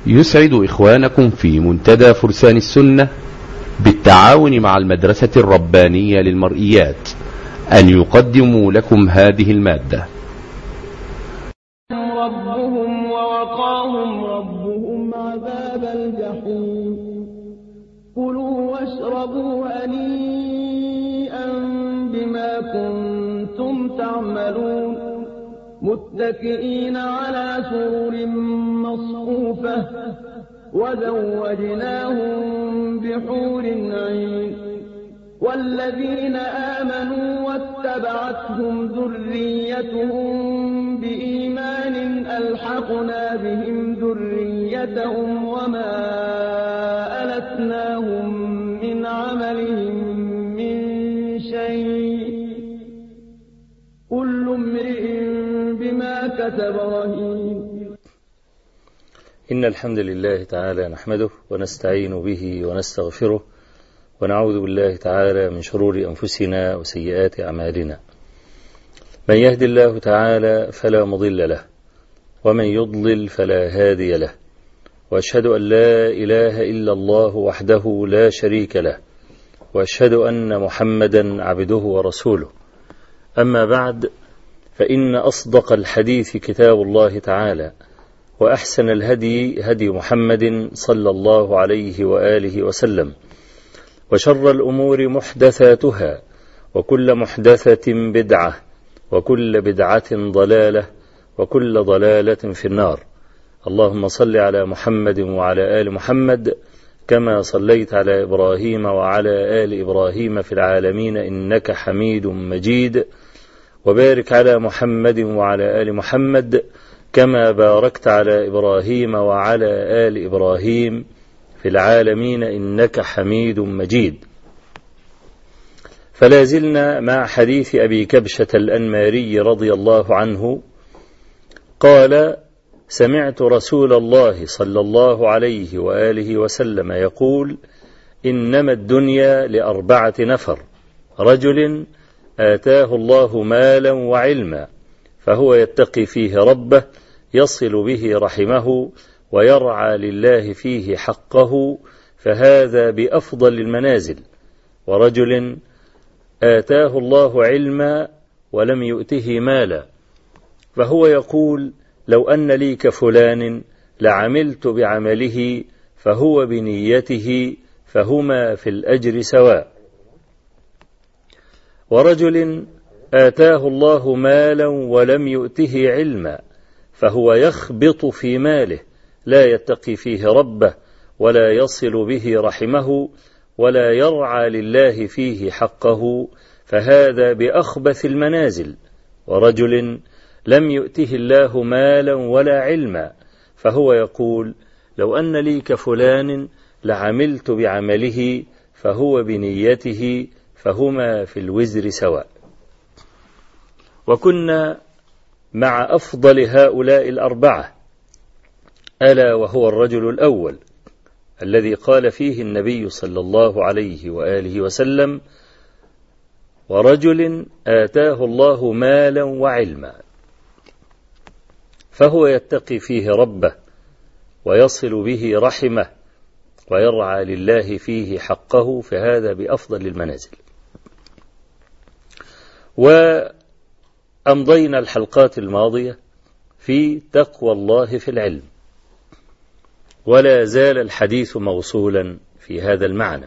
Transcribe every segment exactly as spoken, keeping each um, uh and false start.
يسعد إخوانكم في منتدى فرسان السنة بالتعاون مع المدرسة الربانية للمرئيات أن يقدموا لكم هذه المادة. ربهم ووقاهم ربهم عذاب الجحيم. كلوا واشربوا هنيئا بما كنتم تعملون متكئين على سرر مصفوفة وزوجناهم بحور عين. والذين آمنوا واتبعتهم ذريتهم بإيمان ألحقنا بهم ذريتهم وما ألتناهم من عملهم من شيء كل امرئ بما كسب رهين. إن الحمد لله تعالى نحمده ونستعين به ونستغفره ونعوذ بالله تعالى من شرور أنفسنا وسيئات أعمالنا. من يهد الله تعالى فلا مضل له ومن يضلل فلا هادي له، وأشهد أن لا إله إلا الله وحده لا شريك له، وأشهد أن محمدا عبده ورسوله. أما بعد، فإن أصدق الحديث كتاب الله تعالى، وأحسن الهدي هدي محمد صلى الله عليه وآله وسلم، وشر الأمور محدثاتها، وكل محدثة بدعة، وكل بدعة ضلالة، وكل ضلالة في النار. اللهم صل على محمد وعلى آل محمد كما صليت على إبراهيم وعلى آل إبراهيم في العالمين إنك حميد مجيد، وبارك على محمد وعلى آل محمد كما باركت على إبراهيم وعلى آل إبراهيم في العالمين إنك حميد مجيد. فلا زلنا مع حديث أبي كبشة الأنماري رضي الله عنه قال: سمعت رسول الله صلى الله عليه وآله وسلم يقول: إنما الدنيا لأربعة نفر: رجل آتاه الله مالا وعلما فهو يتقي فيه ربه يصل به رحمه ويرعى لله فيه حقه فهذا بأفضل المنازل. ورجل آتاه الله علما ولم يؤته مالا فهو يقول: لو أن لي كفلان لعملت بعمله فهو بنيته فهما في الأجر سواء. ورجل آتاه الله مالا ولم يؤته علما فهو يخبط في ماله لا يتقي فيه ربه ولا يصل به رحمه ولا يرعى لله فيه حقه فهذا بأخبث المنازل. ورجل لم يؤته الله مالا ولا علما فهو يقول: لو أن لي كفلان لعملت بعمله فهو بنيته فهما في الوزر سواء. وكنا مع أفضل هؤلاء الأربعة، ألا وهو الرجل الأول الذي قال فيه النبي صلى الله عليه وآله وسلم: ورجل آتاه الله مالا وعلما فهو يتقي فيه ربه ويصل به رحمه ويرعى لله فيه حقه فهذا بأفضل المنازل. وأمضينا الحلقات الماضية في تقوى الله في العلم، ولا زال الحديث موصولا في هذا المعنى.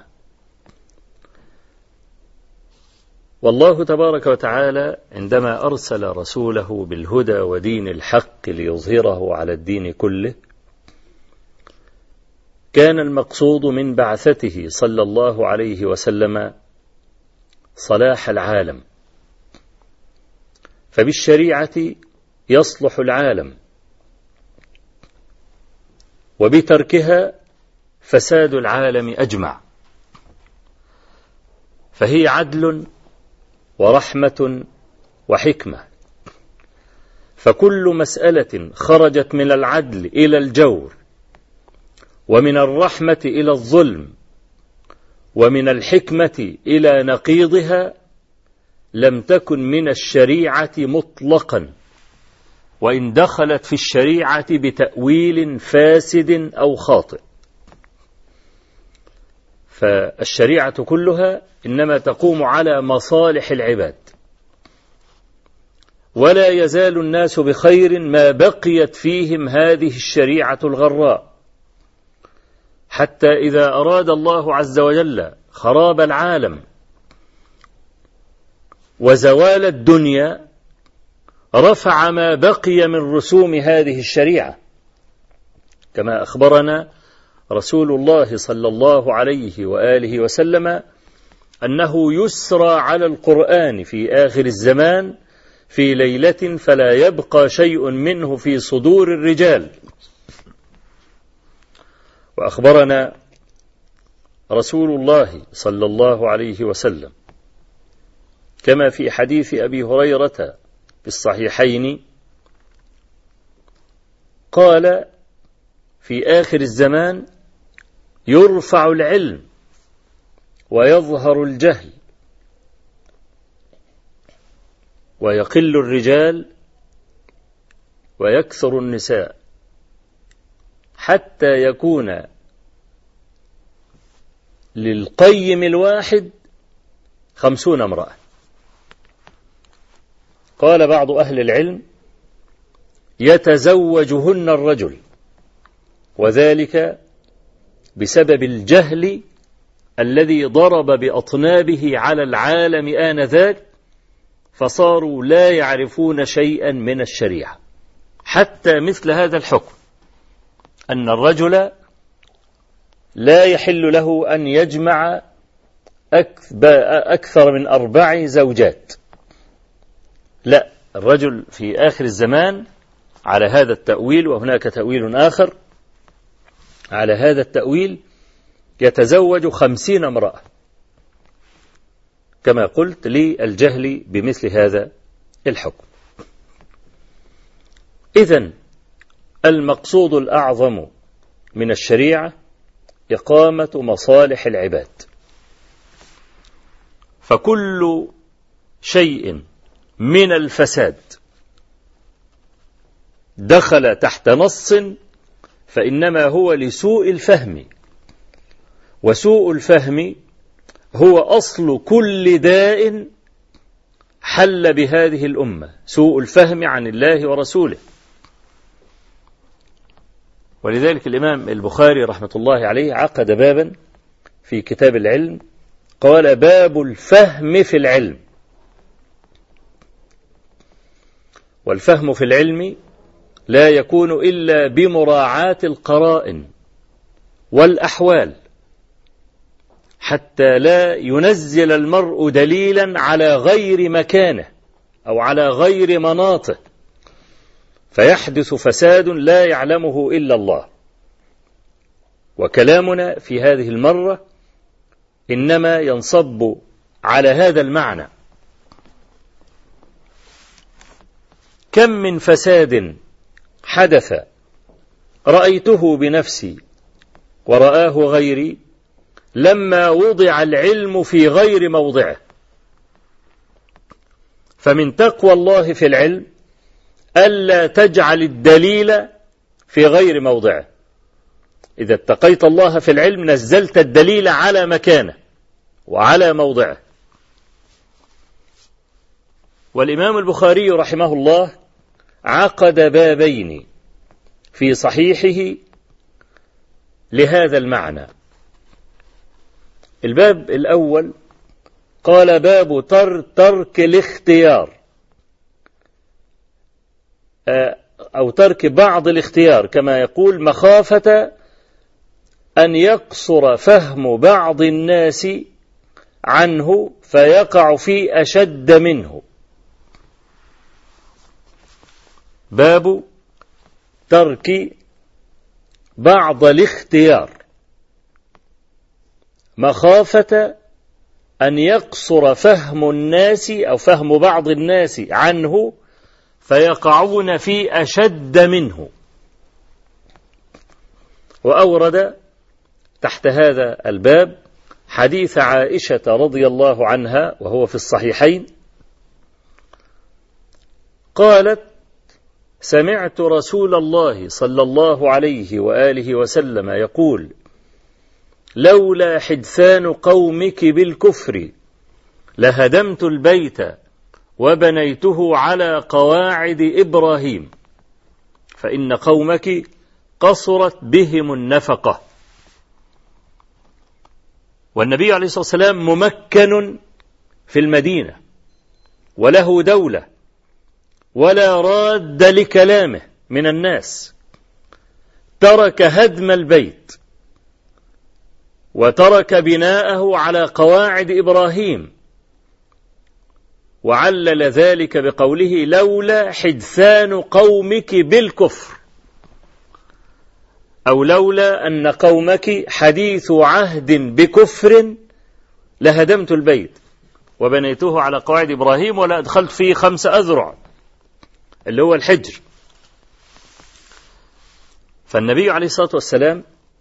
والله تبارك وتعالى عندما أرسل رسوله بالهدى ودين الحق ليظهره على الدين كله، كان المقصود من بعثته صلى الله عليه وسلم صلاح العالم، فبالشريعة يصلح العالم، وبتركها فساد العالم أجمع. فهي عدل ورحمة وحكمة، فكل مسألة خرجت من العدل إلى الجور، ومن الرحمة إلى الظلم، ومن الحكمة إلى نقيضها، لم تكن من الشريعة مطلقا، وإن دخلت في الشريعة بتأويل فاسد أو خاطئ. فالشريعة كلها إنما تقوم على مصالح العباد، ولا يزال الناس بخير ما بقيت فيهم هذه الشريعة الغراء، حتى إذا أراد الله عز وجل خراب العالم وزوال الدنيا رفع ما بقي من رسوم هذه الشريعة، كما أخبرنا رسول الله صلى الله عليه وآله وسلم أنه يسرى على القرآن في آخر الزمان في ليلة فلا يبقى شيء منه في صدور الرجال. وأخبرنا رسول الله صلى الله عليه وسلم كما في حديث أبي هريرة في الصحيحين قال: في آخر الزمان يرفع العلم ويظهر الجهل ويقل الرجال ويكثر النساء، حتى يكون للقيم الواحد خمسون امرأة. قال بعض أهل العلم: يتزوجهن الرجل، وذلك بسبب الجهل الذي ضرب بأطنابه على العالم آنذاك، فصاروا لا يعرفون شيئا من الشريعة، حتى مثل هذا الحكم أن الرجل لا يحل له أن يجمع أكثر من أربع زوجات. لا، الرجل في آخر الزمان على هذا التأويل، وهناك تأويل آخر على هذا التأويل، يتزوج خمسين امرأة، كما قلت للجهل بمثل هذا الحكم. إذن المقصود الأعظم من الشريعة إقامة مصالح العباد، فكل شيء من الفساد دخل تحت نص فإنما هو لسوء الفهم، وسوء الفهم هو أصل كل داء حل بهذه الأمة، سوء الفهم عن الله ورسوله. ولذلك الإمام البخاري رحمة الله عليه عقد بابا في كتاب العلم قال: باب الفهم في العلم. والفهم في العلم لا يكون إلا بمراعاة القرائن والأحوال، حتى لا ينزل المرء دليلا على غير مكانه أو على غير مناطه، فيحدث فساد لا يعلمه إلا الله. وكلامنا في هذه المرة إنما ينصب على هذا المعنى. كم من فساد حدث رأيته بنفسي ورآه غيري لما وضع العلم في غير موضعه. فمن تقوى الله في العلم ألا تجعل الدليل في غير موضعه. إذا اتقيت الله في العلم نزلت الدليل على مكانه وعلى موضعه. والإمام البخاري رحمه الله عقد بابين في صحيحه لهذا المعنى. الباب الأول قال: باب ترك الاختيار أو ترك بعض الاختيار، كما يقول: مخافة أن يقصر فهم بعض الناس عنه فيقع في أشد منه. باب ترك بعض الاختيار مخافة أن يقصر فهم الناس أو فهم بعض الناس عنه فيقعون في أشد منه. وأورد تحت هذا الباب حديث عائشة رضي الله عنها وهو في الصحيحين، قالت: سمعت رسول الله صلى الله عليه وآله وسلم يقول: لولا حدثان قومك بالكفر لهدمت البيت وبنيته على قواعد إبراهيم، فإن قومك قصرت بهم النفقة. والنبي عليه الصلاة والسلام ممكن في المدينة وله دولة ولا راد لكلامه من الناس، ترك هدم البيت وترك بناءه على قواعد إبراهيم، وعلل ذلك بقوله: لولا حدثان قومك بالكفر، أو لولا أن قومك حديث عهد بكفر لهدمت البيت وبنيته على قواعد إبراهيم ولا أدخلت فيه خمس أذرع، اللي هو الحجر. فالنبي عليه الصلاة والسلام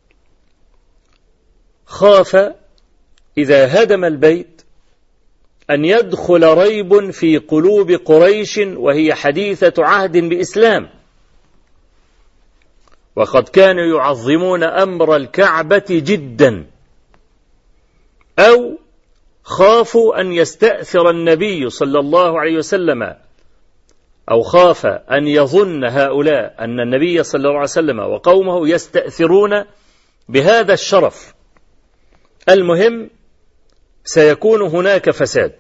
خاف إذا هدم البيت أن يدخل ريب في قلوب قريش وهي حديثة عهد بإسلام، وقد كانوا يعظمون أمر الكعبة جدا، أو خافوا أن يستأثر النبي صلى الله عليه وسلم، أو خاف أن يظن هؤلاء أن النبي صلى الله عليه وسلم وقومه يستأثرون بهذا الشرف. المهم سيكون هناك فساد،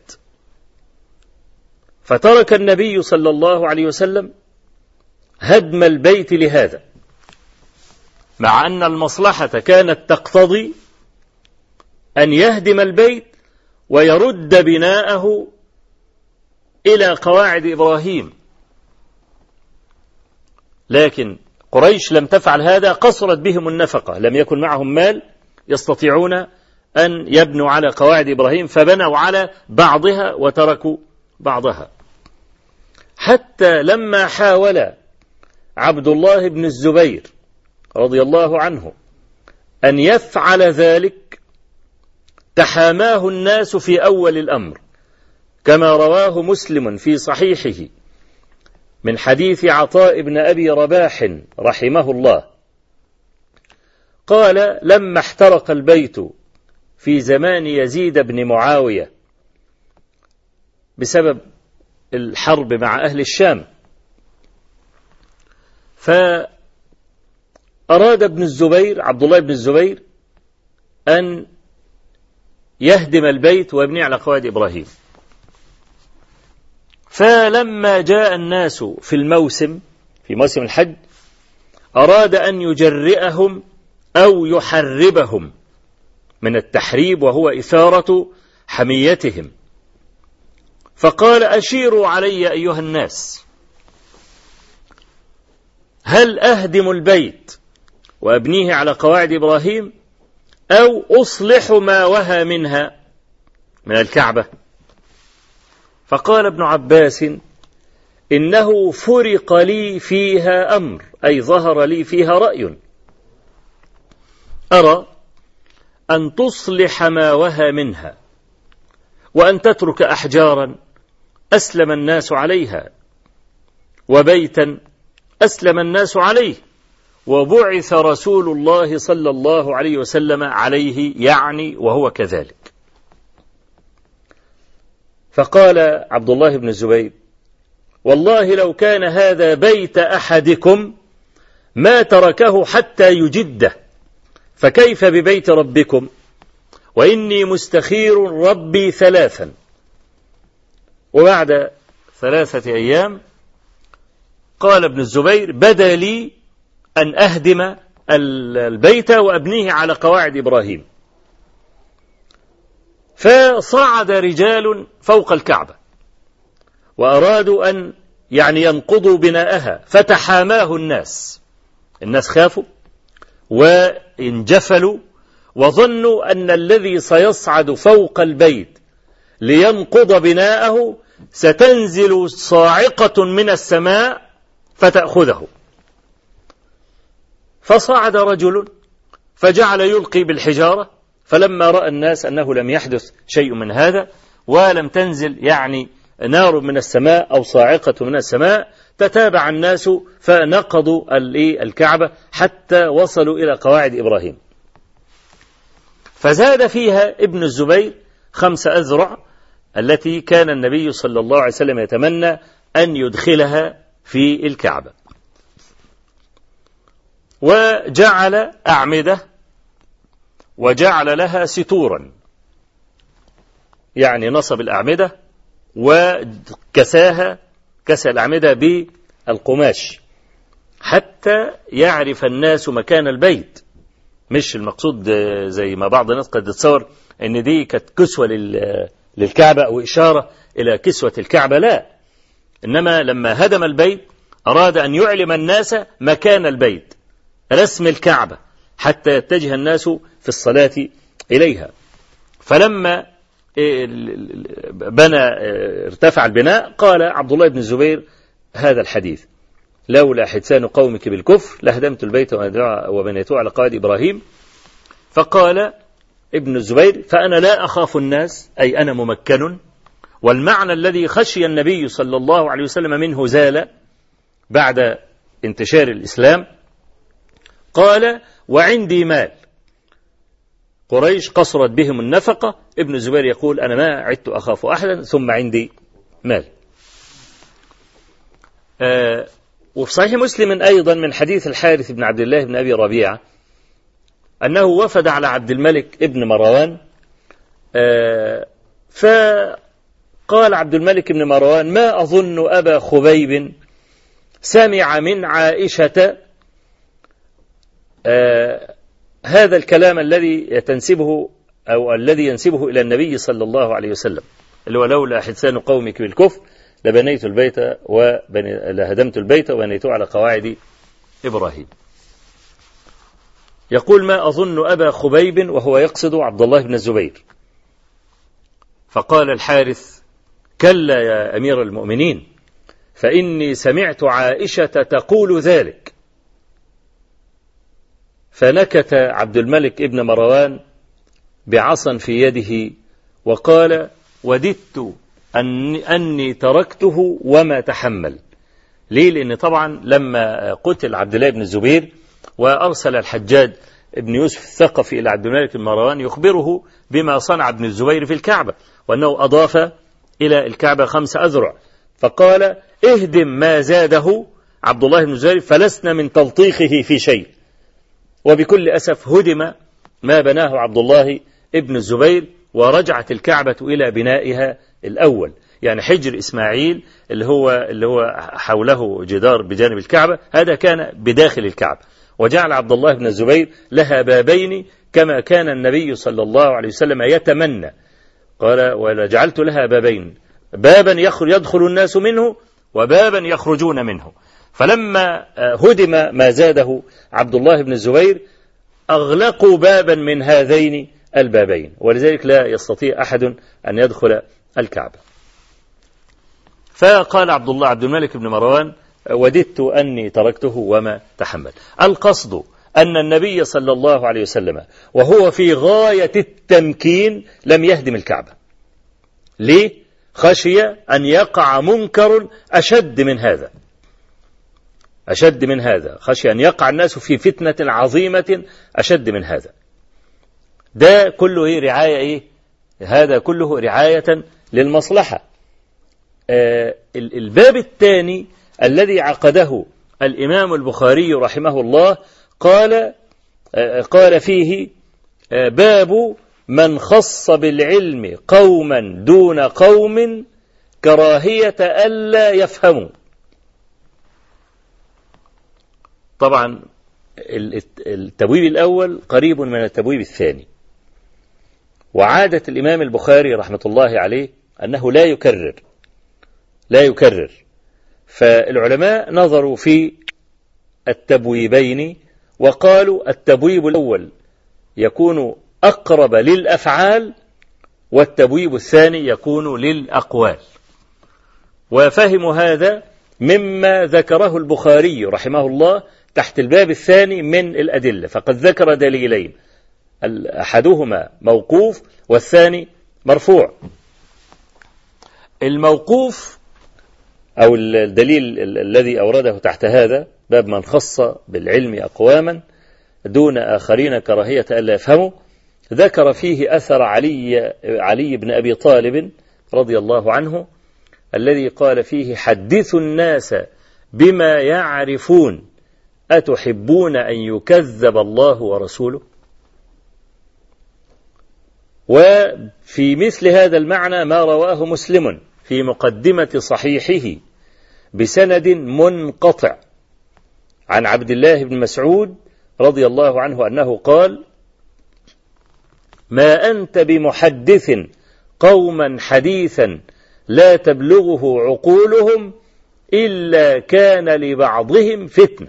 فترك النبي صلى الله عليه وسلم هدم البيت لهذا، مع أن المصلحة كانت تقتضي أن يهدم البيت ويرد بناءه إلى قواعد إبراهيم، لكن قريش لم تفعل هذا، قصرت بهم النفقة، لم يكن معهم مال يستطيعون أن يبنوا على قواعد إبراهيم، فبنوا على بعضها وتركوا بعضها. حتى لما حاول عبد الله بن الزبير رضي الله عنه أن يفعل ذلك تحاماه الناس في أول الأمر، كما رواه مسلم في صحيحه من حديث عطاء بن أبي رباح رحمه الله قال: لما احترق البيت في زمان يزيد بن معاوية بسبب الحرب مع أهل الشام، فأراد ابن الزبير عبد الله بن الزبير أن يهدم البيت ويبني على قواعد إبراهيم. فلما جاء الناس في الموسم في موسم الحج أراد أن يجرئهم أو يحربهم من التحريب، وهو إثارة حميتهم، فقال: أشيروا علي أيها الناس، هل أهدم البيت وأبنيه على قواعد إبراهيم أو أصلح ما وهى منها من الكعبة؟ فقال ابن عباس: إنه فرق لي فيها أمر، أي ظهر لي فيها رأي، أرى أن تصلح ما وهى منها وأن تترك أحجارا أسلم الناس عليها وبيتا أسلم الناس عليه وبعث رسول الله صلى الله عليه وسلم عليه، يعني وهو كذلك. فقال عبد الله بن الزبير: والله لو كان هذا بيت أحدكم ما تركه حتى يجده، فكيف ببيت ربكم؟ وإني مستخير ربي ثلاثا. وبعد ثلاثة أيام قال ابن الزبير: بدا لي أن أهدم البيت وأبنيه على قواعد إبراهيم. فصعد رجال فوق الكعبة وأرادوا أن يعني ينقضوا بناءها، فتحاماه الناس الناس خافوا وانجفلوا وظنوا أن الذي سيصعد فوق البيت لينقض بناءه ستنزل صاعقة من السماء فتأخذه. فصعد رجل فجعل يلقي بالحجارة، فلما رأى الناس أنه لم يحدث شيء من هذا ولم تنزل يعني نار من السماء أو صاعقة من السماء، تتابع الناس فنقضوا الكعبة حتى وصلوا إلى قواعد إبراهيم. فزاد فيها ابن الزبير خمس أذرع التي كان النبي صلى الله عليه وسلم يتمنى أن يدخلها في الكعبة، وجعل أعمدة وجعل لها ستورا، يعني نصب الأعمدة وكساها، كسى الأعمدة بالقماش حتى يعرف الناس مكان البيت. مش المقصود زي ما بعض الناس قد يتصور ان دي كانت كسوة للكعبة او اشارة الى كسوة الكعبة، لا، انما لما هدم البيت اراد ان يعلم الناس مكان البيت، رسم الكعبة، حتى يتجه الناس في الصلاة اليها. فلما بنى ارتفع البناء قال عبد الله بن الزبير هذا الحديث: لولا حدثان قومك بالكفر لهدمت البيت وبنيته على قواعد إبراهيم. فقال ابن الزبير: فأنا لا أخاف الناس، أي أنا ممكن، والمعنى الذي خشي النبي صلى الله عليه وسلم منه زال بعد انتشار الإسلام. قال: وعندي مال، قريش قصرت بهم النفقة. ابن الزبير يقول: أنا ما عدت أخاف أحدا، ثم عندي مال. آه وفي صحيح مسلم أيضا من حديث الحارث بن عبد الله بن أبي ربيعة أنه وفد على عبد الملك ابن مروان، آه فقال عبد الملك بن مروان: ما أظن أبا خبيب سمع من عائشة آه هذا الكلام الذي تنسبه أو الذي ينسبه إلى النبي صلى الله عليه وسلم، اللي هو لولا حدثان قومك بالكفر لبنيت البيت وبني... لهدمت البيت وبنيته على قواعد إبراهيم. يقول: ما أظن أبا خبيب، وهو يقصد عبد الله بن الزبير. فقال الحارث: كلا يا أمير المؤمنين، فإني سمعت عائشة تقول ذلك. فنكت عبد الملك ابن مروان بعصا في يده وقال: وددت أني, أني تركته وما تحمل. ليه؟ لأن طبعا لما قتل عبد الله بن الزبير وأرسل الحجاج ابن يوسف الثقفي إلى عبد الملك بن مروان يخبره بما صنع ابن الزبير في الكعبة، وأنه أضاف إلى الكعبة خمس أذرع، فقال: اهدم ما زاده عبد الله بن الزبير فلسنا من تلطيخه في شيء. وبكل أسف هدم ما بناه عبد الله ابن الزبير، ورجعت الكعبة إلى بنائها الأول، يعني حجر إسماعيل اللي هو اللي هو حوله جدار بجانب الكعبة، هذا كان بداخل الكعبة، وجعل عبد الله بن الزبير لها بابين كما كان النبي صلى الله عليه وسلم يتمنى. قال: ولجعلت لها بابين، بابا يدخل الناس منه وبابا يخرجون منه. فلما هدم ما زاده عبد الله بن الزبير أغلقوا بابا من هذين البابين، ولذلك لا يستطيع أحد أن يدخل الكعبة. فقال عبد الله عبد الملك بن مروان: وددت أني تركته وما تحمل. القصد أن النبي صلى الله عليه وسلم وهو في غاية التمكين لم يهدم الكعبة. ليه؟ خشي أن يقع منكر أشد من هذا، أشد من هذا، خشي أن يقع الناس في فتنة عظيمة أشد من هذا. ده كله إيه؟ رعاية إيه؟ هذا كله رعاية للمصلحة. آه الباب الثاني الذي عقده الإمام البخاري رحمه الله قال آه قال فيه آه باب من خص بالعلم قوما دون قوم كراهية ألا يفهموا. طبعا التبويب الأول قريب من التبويب الثاني، وعادة الإمام البخاري رحمة الله عليه أنه لا يكرر لا يكرر فالعلماء نظروا في التبويبين وقالوا التبويب الأول يكون أقرب للأفعال، والتبويب الثاني يكون للأقوال. وفهموا هذا مما ذكره البخاري رحمه الله تحت الباب الثاني من الأدلة، فقد ذكر دليلين، أحدهما موقوف والثاني مرفوع. الموقوف أو الدليل الذي أورده تحت هذا باب من خص بالعلم أقواما دون آخرين كراهية ألا يفهموا، ذكر فيه أثر علي, علي بن أبي طالب رضي الله عنه الذي قال فيه: حدثوا الناس بما يعرفون أتحبون أن يكذب الله ورسوله؟ وفي مثل هذا المعنى ما رواه مسلم في مقدمة صحيحه بسند منقطع عن عبد الله بن مسعود رضي الله عنه أنه قال: ما أنت بمحدث قوما حديثا لا تبلغه عقولهم إلا كان لبعضهم فتنة.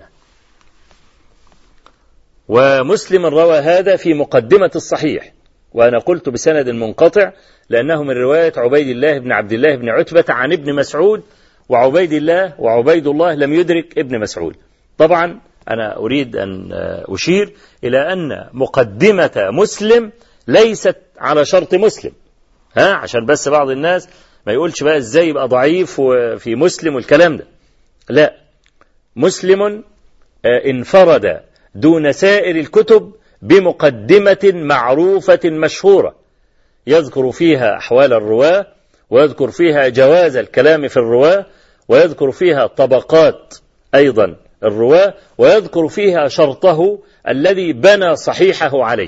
ومسلم روى هذا في مقدمة الصحيح، وأنا قلت بسند منقطع لأنه من رواية عبيد الله بن عبد الله بن عتبة عن ابن مسعود، وعبيد الله وعبيد الله لم يدرك ابن مسعود. طبعا أنا أريد أن أشير إلى أن مقدمة مسلم ليست على شرط مسلم، ها عشان بس بعض الناس ما يقولش بقى إزاي يبقى ضعيف وفي مسلم والكلام ده. لا، مسلم انفرد دون سائر الكتب بمقدمة معروفة مشهورة يذكر فيها أحوال الرواة، ويذكر فيها جواز الكلام في الرواة، ويذكر فيها طبقات أيضا الرواة، ويذكر فيها شرطه الذي بنى صحيحه عليه.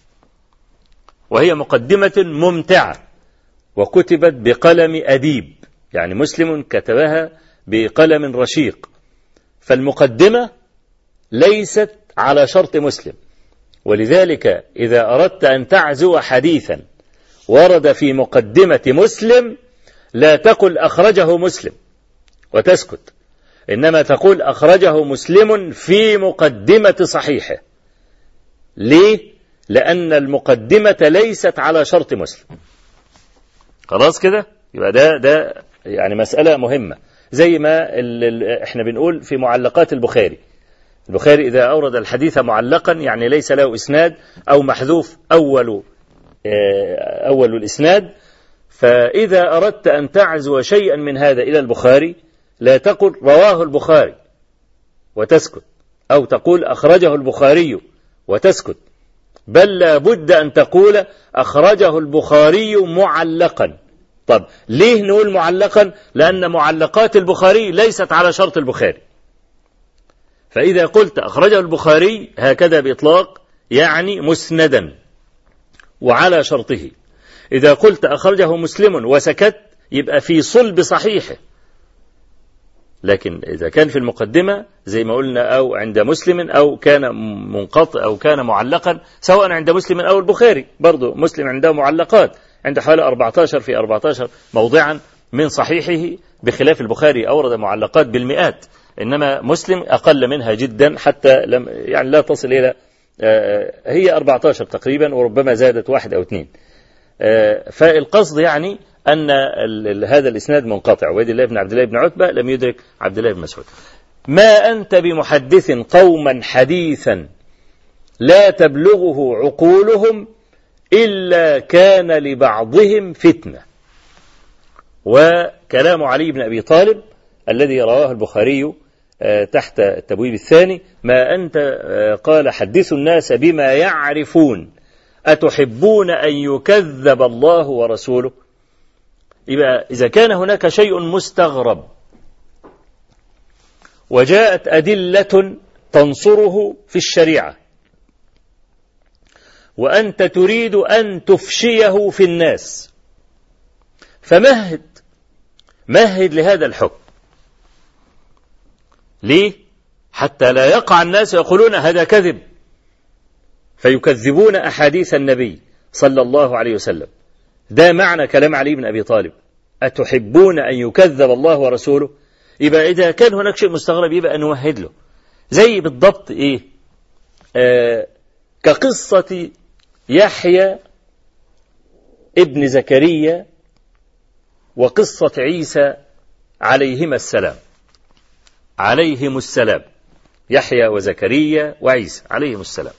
وهي مقدمة ممتعة وكتبت بقلم أديب، يعني مسلم كتبها بقلم رشيق. فالمقدمة ليست على شرط مسلم، ولذلك إذا أردت أن تعزو حديثا ورد في مقدمة مسلم لا تقل أخرجه مسلم وتسكت، إنما تقول أخرجه مسلم في مقدمة صحيحه. ليه؟ لأن المقدمة ليست على شرط مسلم. خلاص كده؟ يبقى ده ده يعني مسألة مهمة، زي ما ال ال احنا بنقول في معلقات البخاري. البخاري إذا أورد الحديث معلقا يعني ليس له إسناد أو محذوف أول أول الإسناد، فإذا أردت أن تعزو شيئا من هذا إلى البخاري لا تقل رواه البخاري وتسكت، أو تقول أخرجه البخاري وتسكت، بل لا بد أن تقول أخرجه البخاري معلقا. طب ليه نقول معلقا؟ لأن معلقات البخاري ليست على شرط البخاري. فإذا قلت أخرجه البخاري هكذا بإطلاق يعني مسندا وعلى شرطه. إذا قلت أخرجه مسلم وسكت يبقى في صلب صحيحه. لكن إذا كان في المقدمة زي ما قلنا أو عند مسلم أو كان منقطع أو كان معلقا، سواء عند مسلم أو البخاري، برضو مسلم عنده معلقات، عنده حوالي أربعة عشر في أربعة عشر موضعا من صحيحه، بخلاف البخاري أورد معلقات بالمئات، إنما مسلم أقل منها جدا حتى لم يعني لا تصل إلى هي أربعة عشر تقريبا، وربما زادت واحد أو اثنين. فالقصد يعني أن هذا الإسناد منقطع، وعبيد الله بن عبد الله بن عتبة لم يدرك عبد الله بن مسعود. ما أنت بمحدث قوما حديثا لا تبلغه عقولهم إلا كان لبعضهم فتنة. وكلام علي بن أبي طالب الذي رواه البخاري تحت التبويب الثاني: ما أنت قال حدثوا الناس بما يعرفون أتحبون أن يكذب الله ورسوله. يبقى إذا كان هناك شيء مستغرب وجاءت أدلة تنصره في الشريعة وأنت تريد أن تفشيه في الناس، فمهد مهد لهذا الحكم. ليه؟ حتى لا يقع الناس يقولون هذا كذب فيكذبون أحاديث النبي صلى الله عليه وسلم. ده معنى كلام علي بن أبي طالب: أتحبون أن يكذب الله ورسوله. يبقى إذا كان هناك شيء مستغرب يبقى نوهد له، زي بالضبط إيه آه كقصة يحيى ابن زكريا وقصة عيسى عليهما السلام عليهم السلام يحيى وزكريا وعيسى عليهم السلام.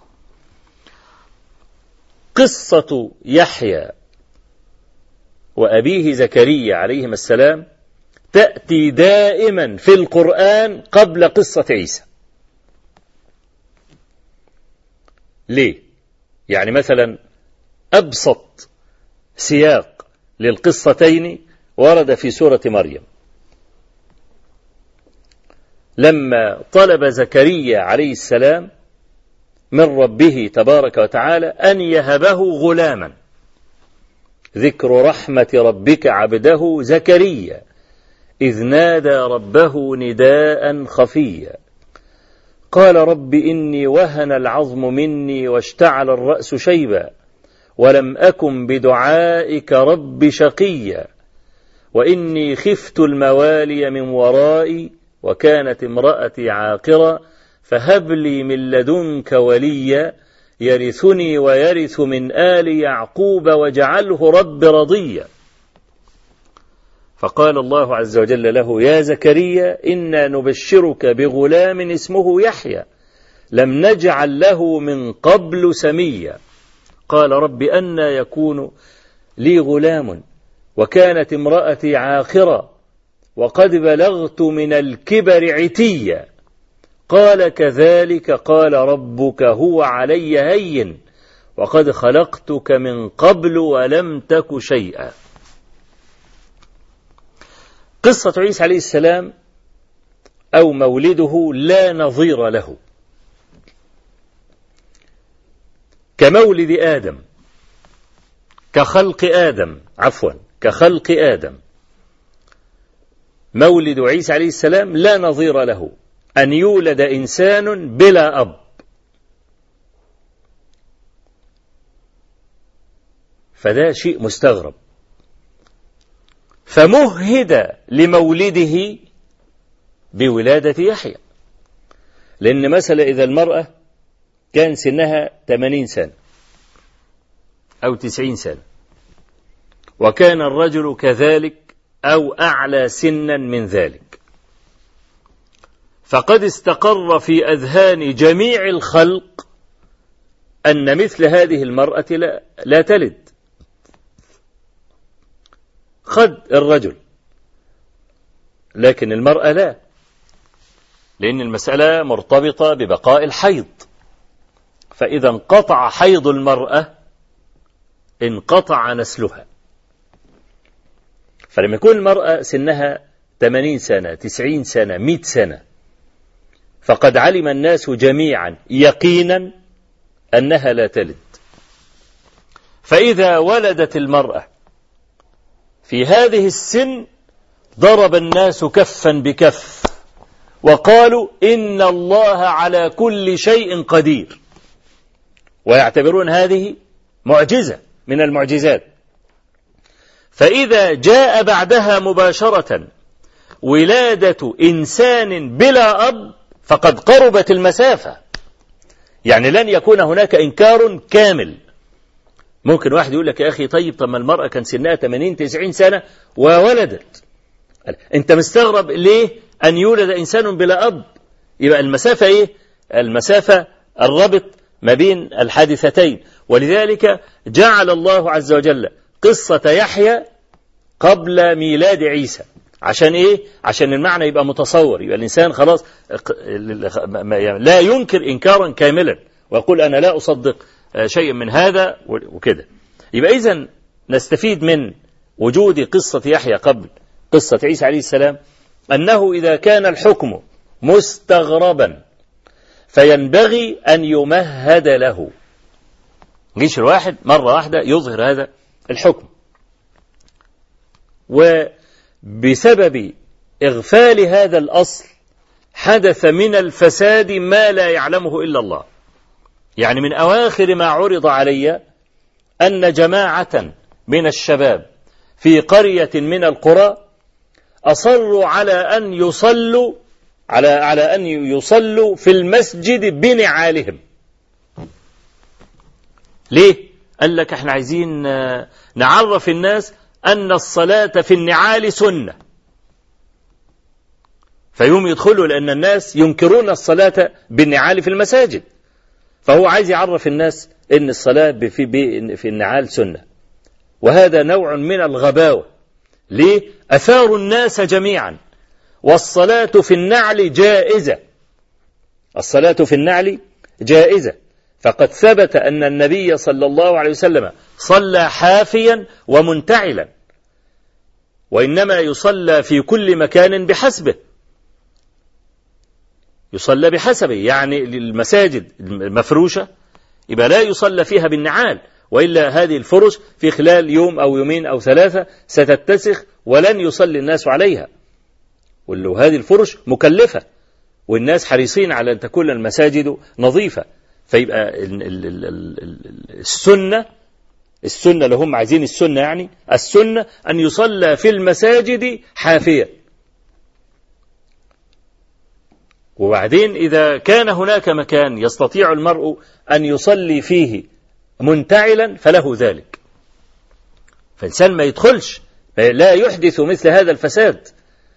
قصة يحيى وأبيه زكريا عليهما السلام تأتي دائما في القرآن قبل قصة عيسى. ليه؟ يعني مثلا أبسط سياق للقصتين ورد في سورة مريم، لما طلب زكريا عليه السلام من ربه تبارك وتعالى أن يهبه غلاما، ذكر رحمة ربك عبده زكريا إذ نادى ربه نداء خفيا قال رب إني وهن العظم مني واشتعل الرأس شيبا ولم أكن بدعائك رب شقيا وإني خفت الموالي من ورائي وكانت امرأتي عاقرا فهب لي من لدنك وليا يرثني ويرث من آل يعقوب واجعله رب رضيا. فقال الله عز وجل له يا زكريا إنا نبشرك بغلام اسمه يحيى لم نجعل له من قبل سميا قال رب أنى يكون لي غلام وكانت امرأتي عاقرا وقد بلغت من الكبر عتيا قال كذلك قال ربك هو علي هين وقد خلقتك من قبل ولم تك شيئا. قصة عيسى عليه السلام أو مولده لا نظير له، كمولد آدم، كخلق آدم عفوا كخلق آدم مولد عيسى عليه السلام لا نظير له، أن يولد إنسان بلا أب. فده شيء مستغرب، فمهد لمولده بولادة يحيى. لأن مثلا إذا المرأة كان سنها ثمانين سنة أو تسعين سنة وكان الرجل كذلك أو أعلى سنا من ذلك، فقد استقر في أذهان جميع الخلق أن مثل هذه المرأة لا, لا تلد. قد الرجل لكن المرأة لا، لأن المسألة مرتبطة ببقاء الحيض، فإذا انقطع حيض المرأة انقطع نسلها. فلما يكون المرأة سنها ثمانين سنة تسعين سنة مئة سنة فقد علم الناس جميعا يقينا أنها لا تلد. فإذا ولدت المرأة في هذه السن ضرب الناس كفا بكف وقالوا إن الله على كل شيء قدير، ويعتبرون هذه معجزة من المعجزات. فإذا جاء بعدها مباشرة ولادة إنسان بلا أب فقد قربت المسافة، يعني لن يكون هناك إنكار كامل. ممكن واحد يقول لك يا أخي طيب طب ما المرأة كان سنها ثمانين تسعين سنة وولدت، أنت مستغرب ليه أن يولد إنسان بلا أب؟ يبقى المسافة إيه؟ المسافة الربط ما بين الحادثتين. ولذلك جعل الله عز وجل قصة يحيى قبل ميلاد عيسى. عشان إيه؟ عشان المعنى يبقى متصور، يبقى الإنسان خلاص لا ينكر إنكارا كاملا ويقول أنا لا أصدق شيء من هذا وكده. يبقى إذن نستفيد من وجود قصة يحيى قبل قصة عيسى عليه السلام أنه إذا كان الحكم مستغربا فينبغي أن يمهد له. جيش الواحد مرة واحدة يظهر هذا الحكم، وبسبب إغفال هذا الأصل حدث من الفساد ما لا يعلمه إلا الله. يعني من أواخر ما عرض علي أن جماعة من الشباب في قرية من القرى أصروا على أن يصلوا على على أن يصلوا في المسجد بنعالهم. ليه؟ قال لك احنا عايزين نعرف الناس أن الصلاة في النعال سنة، فيوم يدخلوا لأن الناس ينكرون الصلاة بالنعال في المساجد، فهو عايز يعرف الناس أن الصلاة في في النعال سنة. وهذا نوع من الغباوة ليه؟ أثاروا الناس جميعا، والصلاة في النعل جائزة، الصلاة في النعل جائزة، فقد ثبت أن النبي صلى الله عليه وسلم صلى حافيا ومنتعلا، وإنما يصلى في كل مكان بحسبه، يصلى بحسبه، يعني المساجد المفروشة يبقى لا يصلى فيها بالنعال، وإلا هذه الفرش في خلال يوم أو يومين أو ثلاثة ستتسخ ولن يصلي الناس عليها، وهذه الفرش مكلفة، والناس حريصين على أن تكون المساجد نظيفة. فيبقى السنة السنة اللي هم عايزين السنة، يعني السنة أن يصلى في المساجد حافيا. وبعدين إذا كان هناك مكان يستطيع المرء أن يصلي فيه منتعلا فله ذلك، فإنسان ما يدخلش لا يحدث مثل هذا الفساد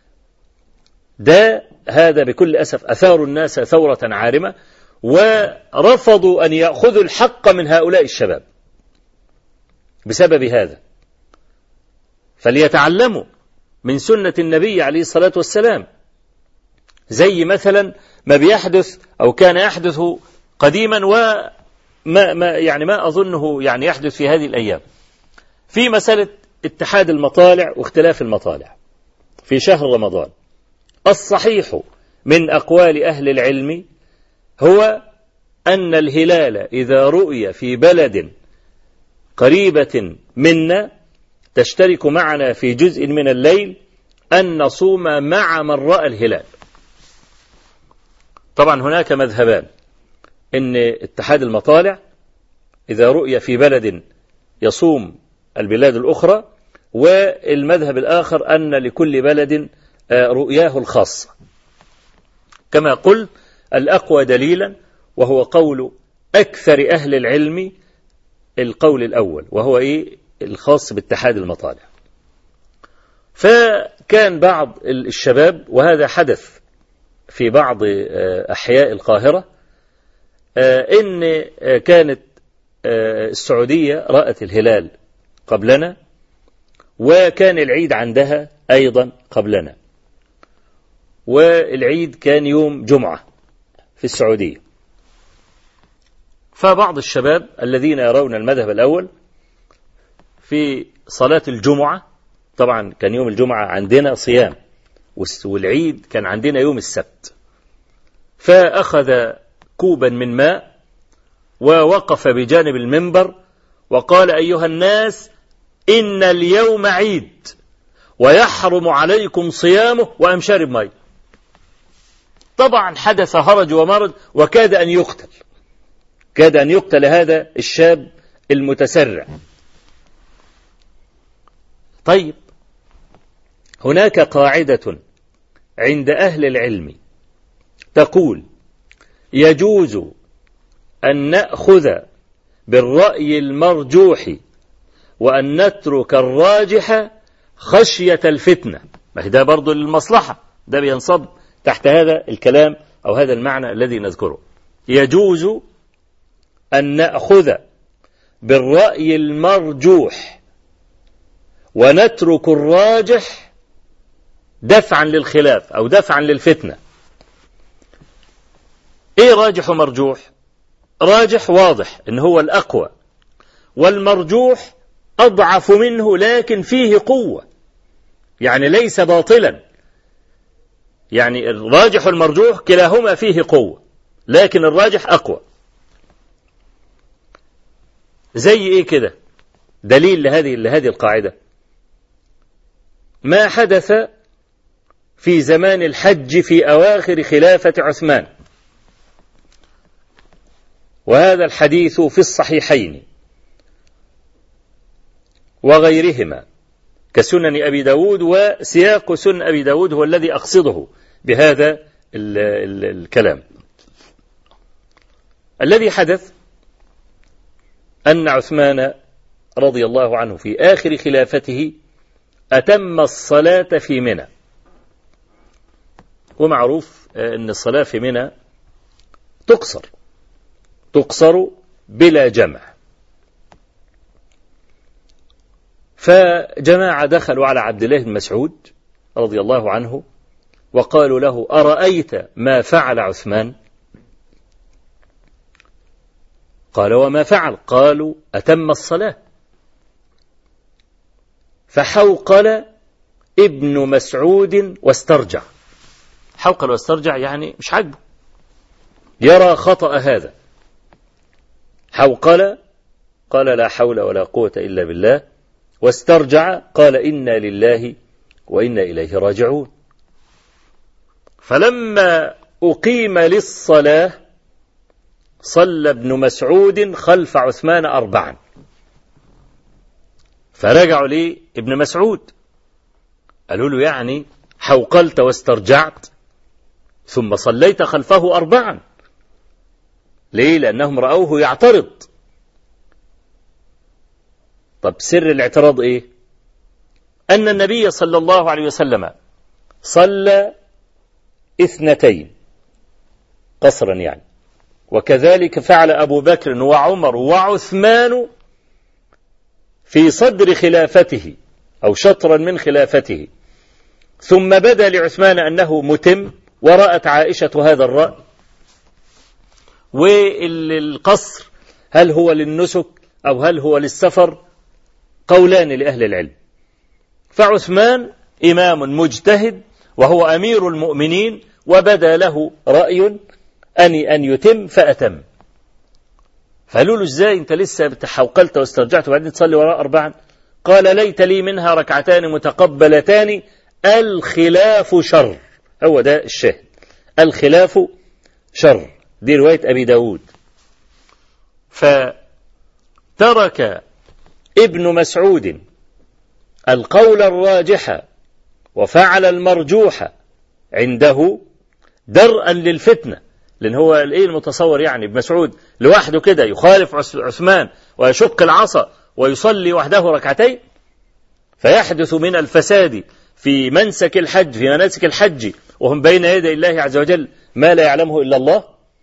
ده. هذا بكل أسف أثاروا الناس ثورة عارمة، ورفضوا أن يأخذوا الحق من هؤلاء الشباب بسبب هذا. فليتعلموا من سنة النبي عليه الصلاة والسلام، زي مثلا ما بيحدث أو كان يحدث قديما وما ما يعني ما أظنه يعني يحدث في هذه الأيام، في مسألة اتحاد المطالع واختلاف المطالع في شهر رمضان. الصحيح من أقوال أهل العلم هو أن الهلال إذا رؤي في بلد قريبة منا تشترك معنا في جزء من الليل أن نصوم مع من رأى الهلال. طبعا هناك مذهبان، إن اتحاد المطالع إذا رؤي في بلد يصوم البلاد الأخرى، والمذهب الآخر أن لكل بلد رؤياه الخاصة. كما قل الأقوى دليلا وهو قول أكثر أهل العلم القول الأول، وهو إيه؟ الخاص باتحاد المطالع. فكان بعض الشباب، وهذا حدث في بعض أحياء القاهرة، إن كانت السعودية رأت الهلال قبلنا، وكان العيد عندها أيضا قبلنا، والعيد كان يوم جمعة في السعودية. فبعض الشباب الذين يرون المذهب الأول في صلاة الجمعة، طبعا كان يوم الجمعة عندنا صيام والعيد كان عندنا يوم السبت، فأخذ كوبا من ماء ووقف بجانب المنبر وقال: أيها الناس، إن اليوم عيد ويحرم عليكم صيامه، وقام شارب ماء. طبعا حدث هرج ومرج، وكاد أن يقتل كاد أن يقتل هذا الشاب المتسرع. طيب، هناك قاعدة عند أهل العلم تقول: يجوز أن نأخذ بالرأي المرجوح وأن نترك الراجح خشية الفتنة. ما ده برضو للمصلحة، ده بينصب تحت هذا الكلام أو هذا المعنى الذي نذكره. يجوز أن نأخذ بالرأي المرجوح ونترك الراجح دفعا للخلاف أو دفعا للفتنة. إيه راجح ومرجوح؟ راجح واضح إن هو الأقوى، والمرجوح أضعف منه لكن فيه قوة، يعني ليس باطلا. يعني الراجح والمرجوح كلاهما فيه قوة، لكن الراجح أقوى. زي إيه كده؟ دليل لهذه لهذه القاعدة ما حدث في زمان الحج في أواخر خلافة عثمان، وهذا الحديث في الصحيحين وغيرهما كسنن أبي داود، وسياق سنن أبي داود هو الذي أقصده بهذا ال ال الكلام. الذي حدث أن عثمان رضي الله عنه في آخر خلافته أتم الصلاة في منى، ومعروف أن الصلاة في منى تقصر تقصر بلا جمع. فجماعة دخلوا على عبد الله بن مسعود رضي الله عنه وقالوا له: أرأيت ما فعل عثمان؟ قال: وما فعل؟ قالوا: أتم الصلاة. فحوقل ابن مسعود واسترجع. حوقل واسترجع يعني مش عاجبه، يرى خطأ هذا. حوقل قال: لا حول ولا قوة إلا بالله، واسترجع قال: إنا لله وإنا إليه راجعون. فلما أقيم للصلاة صلى ابن مسعود خلف عثمان أربعا، فرجعوا لي ابن مسعود قالوا له: يعني حوقلت واسترجعت ثم صليت خلفه أربعا؟ ليه؟ لأنهم رأوه يعترض. طب سر الاعتراض إيه؟ أن النبي صلى الله عليه وسلم صلى اثنتين قصرا يعني، وكذلك فعل أبو بكر وعمر وعثمان في صدر خلافته أو شطرا من خلافته، ثم بدا لعثمان أنه متم، ورأت عائشة هذا الرأي. والقصر هل هو للنسك أو هل هو للسفر؟ قولان لأهل العلم. فعثمان إمام مجتهد وهو أمير المؤمنين، وبدا له رأي أن أن يتم فأتم. فقالوا له: إزاي أنت لسه حوقلت واسترجعت وبعدين تصلي وراء أربعا؟ قال: ليت لي منها ركعتان متقبلتان، الخلاف شر. هو ده الشاهد، الخلاف شر. دي رواية أبي داود. فترك ابن مسعود القول الراجح وفعل المرجوح عنده درءا للفتنة، لأن هو الايه المتصور يعني ابن مسعود لوحده كده يخالف عثمان ويشق العصا ويصلي وحده ركعتين، فيحدث من الفساد في منسك الحج في مناسك الحج وهم بين يدي الله عز وجل ما لا يعلمه إلا الله.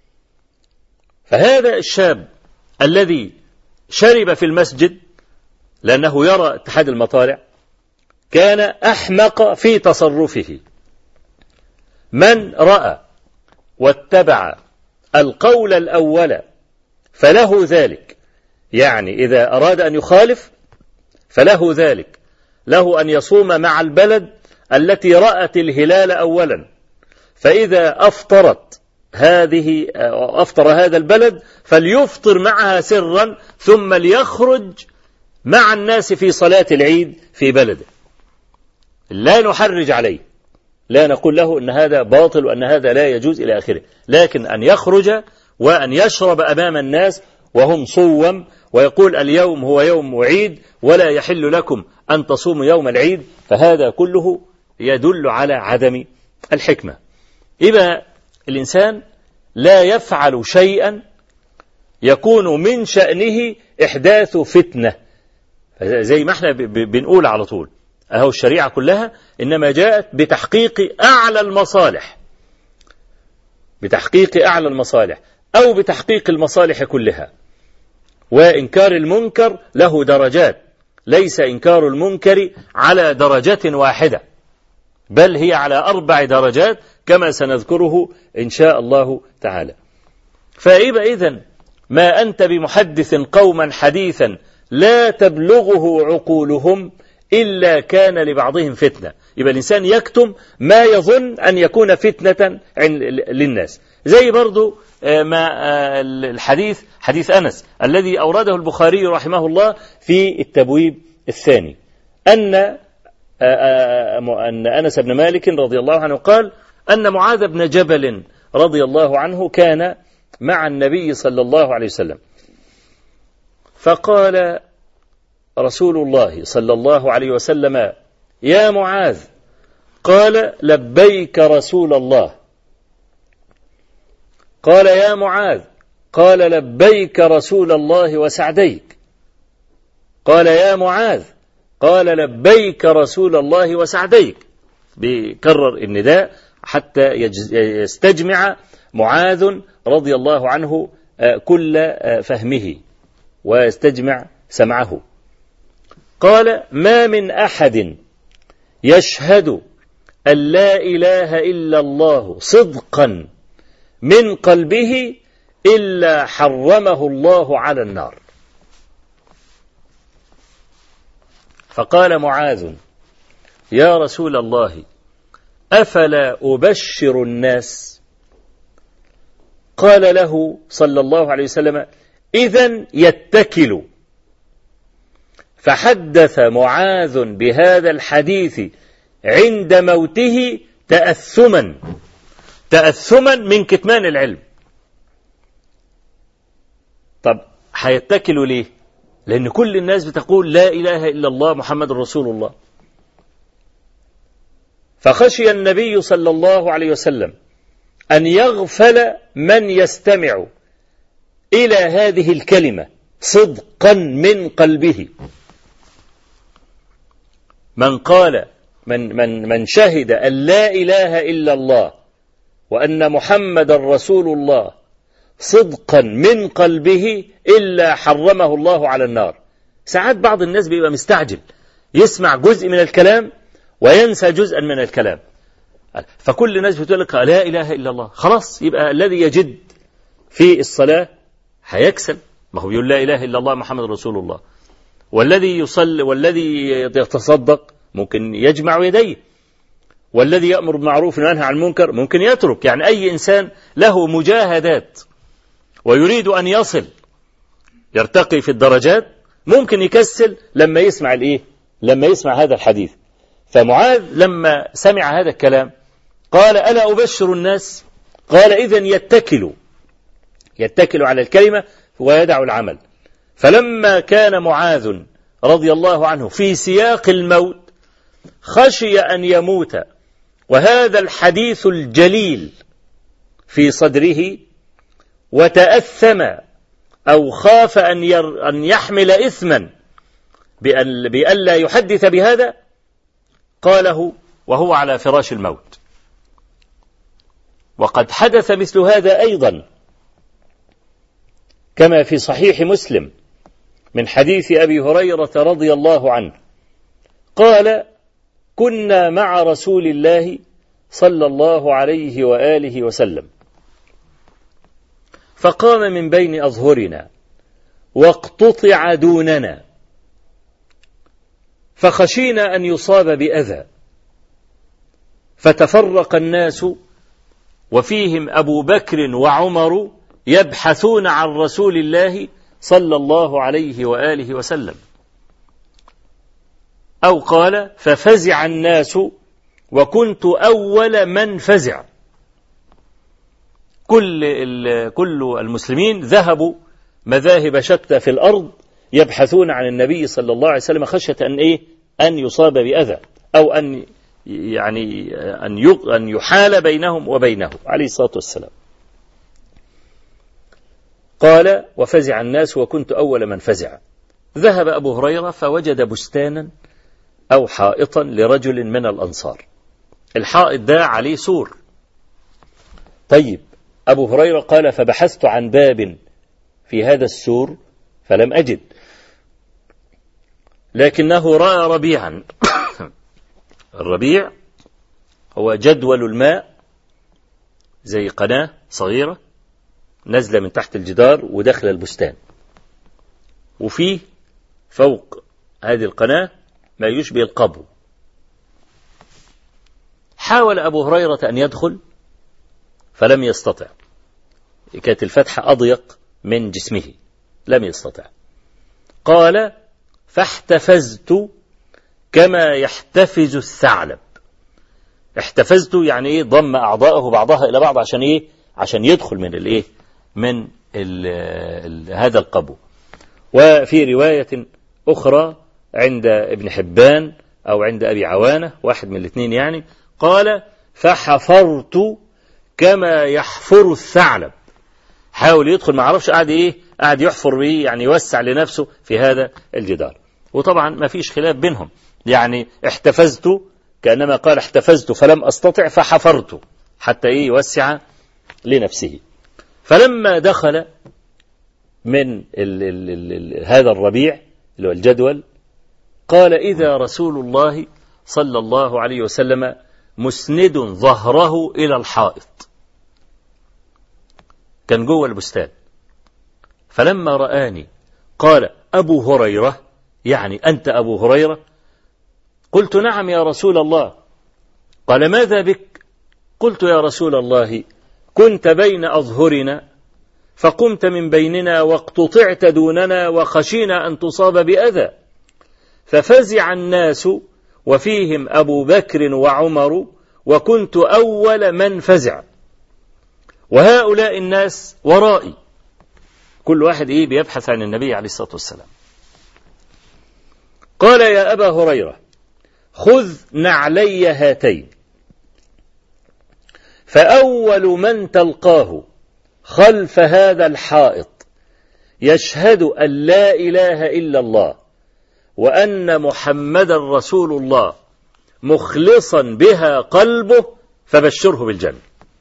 فهذا الشاب الذي شرب في المسجد لأنه يرى اتحاد المطالع كان أحمق في تصرفه. من رأى واتبع القول الأول فله ذلك، يعني إذا أراد أن يخالف فله ذلك، له أن يصوم مع البلد التي رأت الهلال أولا، فإذا أفطرت هذه أفطر هذا البلد فليفطر معها سرا ثم ليخرج مع الناس في صلاة العيد في بلده. لا نحرج عليه، لا نقول له أن هذا باطل وأن هذا لا يجوز إلى آخره، لكن أن يخرج وأن يشرب أمام الناس وهم صوم ويقول اليوم هو يوم عيد ولا يحل لكم أن تصوموا يوم العيد، فهذا كله يدل على عدم الحكمة. إذا الإنسان لا يفعل شيئا يكون من شأنه إحداث فتنة، زي ما احنا بنقول على طول أهو الشريعة كلها إنما جاءت بتحقيق أعلى المصالح، بتحقيق أعلى المصالح أو بتحقيق المصالح كلها. وإنكار المنكر له درجات، ليس إنكار المنكر على درجة واحدة، بل هي على أربع درجات كما سنذكره إن شاء الله تعالى. فإذا إذن ما أنت بمحدث قوما حديثا لا تبلغه عقولهم إلا كان لبعضهم فتنة. يبقى الإنسان يكتم ما يظن أن يكون فتنة للناس، زي برضو ما الحديث حديث أنس الذي أورده البخاري رحمه الله في التبويب الثاني، أن أن أنس بن مالك رضي الله عنه قال أن معاذ بن جبل رضي الله عنه كان مع النبي صلى الله عليه وسلم، فقال رسول الله صلى الله عليه وسلم: يا معاذ. قال: لبيك رسول الله. قال: يا معاذ. قال: لبيك رسول الله وسعديك. قال: يا معاذ. قال: لبيك رسول الله وسعديك. بيكرر النداء حتى يستجمع معاذ رضي الله عنه كل فهمه ويستجمع سمعه. قال: ما من أحد يشهد أن لا إله إلا الله صدقا من قلبه إلا حرمه الله على النار. فقال معاذ: يا رسول الله، أفلا أبشر الناس؟ قال له صلى الله عليه وسلم: إذن يتكل. فحدث معاذ بهذا الحديث عند موته تأثما تأثما من كتمان العلم. طب هيتكلوا ليه؟ لأن كل الناس بتقول لا إله إلا الله محمد رسول الله. فخشي النبي صلى الله عليه وسلم أن يغفل من يستمع إلى هذه الكلمة صدقا من قلبه. من قال من من من شهد أن لا إله إلا الله وأن محمد رسول الله صدقا من قلبه إلا حرمه الله على النار. ساعات بعض الناس بيبقى مستعجل، يسمع جزء من الكلام وينسى جزءا من الكلام. فكل الناس بتقول لك لا إله إلا الله، خلاص يبقى الذي يجد في الصلاة هيكسل، ما هو بيقول لا إله إلا الله محمد رسول الله. والذي يصلي والذي يتصدق ممكن يجمع يديه، والذي يأمر بالمعروف وينهى عن المنكر ممكن يترك. يعني أي إنسان له مجاهدات ويريد أن يصل يرتقي في الدرجات ممكن يكسل لما يسمع الإيه؟ لما يسمع هذا الحديث. فمعاذ لما سمع هذا الكلام قال: ألا أبشر الناس؟ قال: إذن يتكلوا يتكلوا على الكلمة ويدع العمل. فلما كان معاذ رضي الله عنه في سياق الموت خشي أن يموت وهذا الحديث الجليل في صدره، وتأثم أو خاف أن ير أن يحمل إثما بأن بأن لا يحدث بهذا، قاله وهو على فراش الموت. وقد حدث مثل هذا أيضا كما في صحيح مسلم من حديث أبي هريرة رضي الله عنه قال: كنا مع رسول الله صلى الله عليه وآله وسلم فقام من بين أظهرنا واقتطع دوننا، فخشينا أن يصاب بأذى، فتفرق الناس وفيهم أبو بكر وعمر يبحثون عن رسول الله صلى الله عليه وآله وسلم. أو قال: ففزع الناس وكنت أول من فزع. كل كل المسلمين ذهبوا مذاهب شتى في الأرض يبحثون عن النبي صلى الله عليه وسلم خشية أن إيه؟ أن يصاب بأذى أو أن يعني أن أن يحال بينهم وبينه عليه الصلاة والسلام. قال: وفزع الناس وكنت أول من فزع. ذهب أبو هريرة فوجد بستانا أو حائطا لرجل من الأنصار. الحائط ده عليه سور. طيب أبو هريرة قال: فبحثت عن باب في هذا السور فلم أجد، لكنه رأى ربيعا. الربيع هو جدول الماء زي قناة صغيرة نزل من تحت الجدار ودخل البستان، وفيه فوق هذه القناة ما يشبه القبو. حاول أبو هريرة أن يدخل فلم يستطع، كانت الفتحة أضيق من جسمه لم يستطع. قال: فاحتفزت كما يحتفز الثعلب. احتفزت يعني ايه؟ ضم أعضاءه بعضها إلى بعض عشان ايه؟ عشان يدخل من الايه؟ من ال ال هذا القبو. وفي رواية أخرى عند ابن حبان أو عند أبي عوانة واحد من الاثنين يعني، قال: فحفرت كما يحفر الثعلب. حاول يدخل ما عرفش، قاعد ايه؟ قاعد يحفر به يعني يوسع لنفسه في هذا الجدار. وطبعا ما فيش خلاف بينهم، يعني احتفزت كأنما قال احتفزت فلم أستطع فحفرت حتى ايه؟ يوسع لنفسه. فلما دخل من ال ال ال ال هذا الربيع اللي هو الجدول قال إذا رسول الله صلى الله عليه وسلم مسند ظهره إلى الحائط، كان جوه البستان، فلما رآني قال أبو هريرة، يعني أنت أبو هريرة؟ قلت نعم يا رسول الله. قال ماذا بك؟ قلت يا رسول الله كنت بين أظهرنا فقمت من بيننا واقتطعت دوننا وخشينا أن تصاب بأذى، ففزع الناس وفيهم أبو بكر وعمر وكنت أول من فزع، وهؤلاء الناس ورائي، كل واحد إيه بيبحث عن النبي عليه الصلاة والسلام. قال يا أبا هريرة خذ نعلي هاتين، فأول من تلقاه خلف هذا الحائط يشهد أن لا إله إلا الله وأن محمدا رسول الله مخلصا بها قلبه فبشره بالجنة.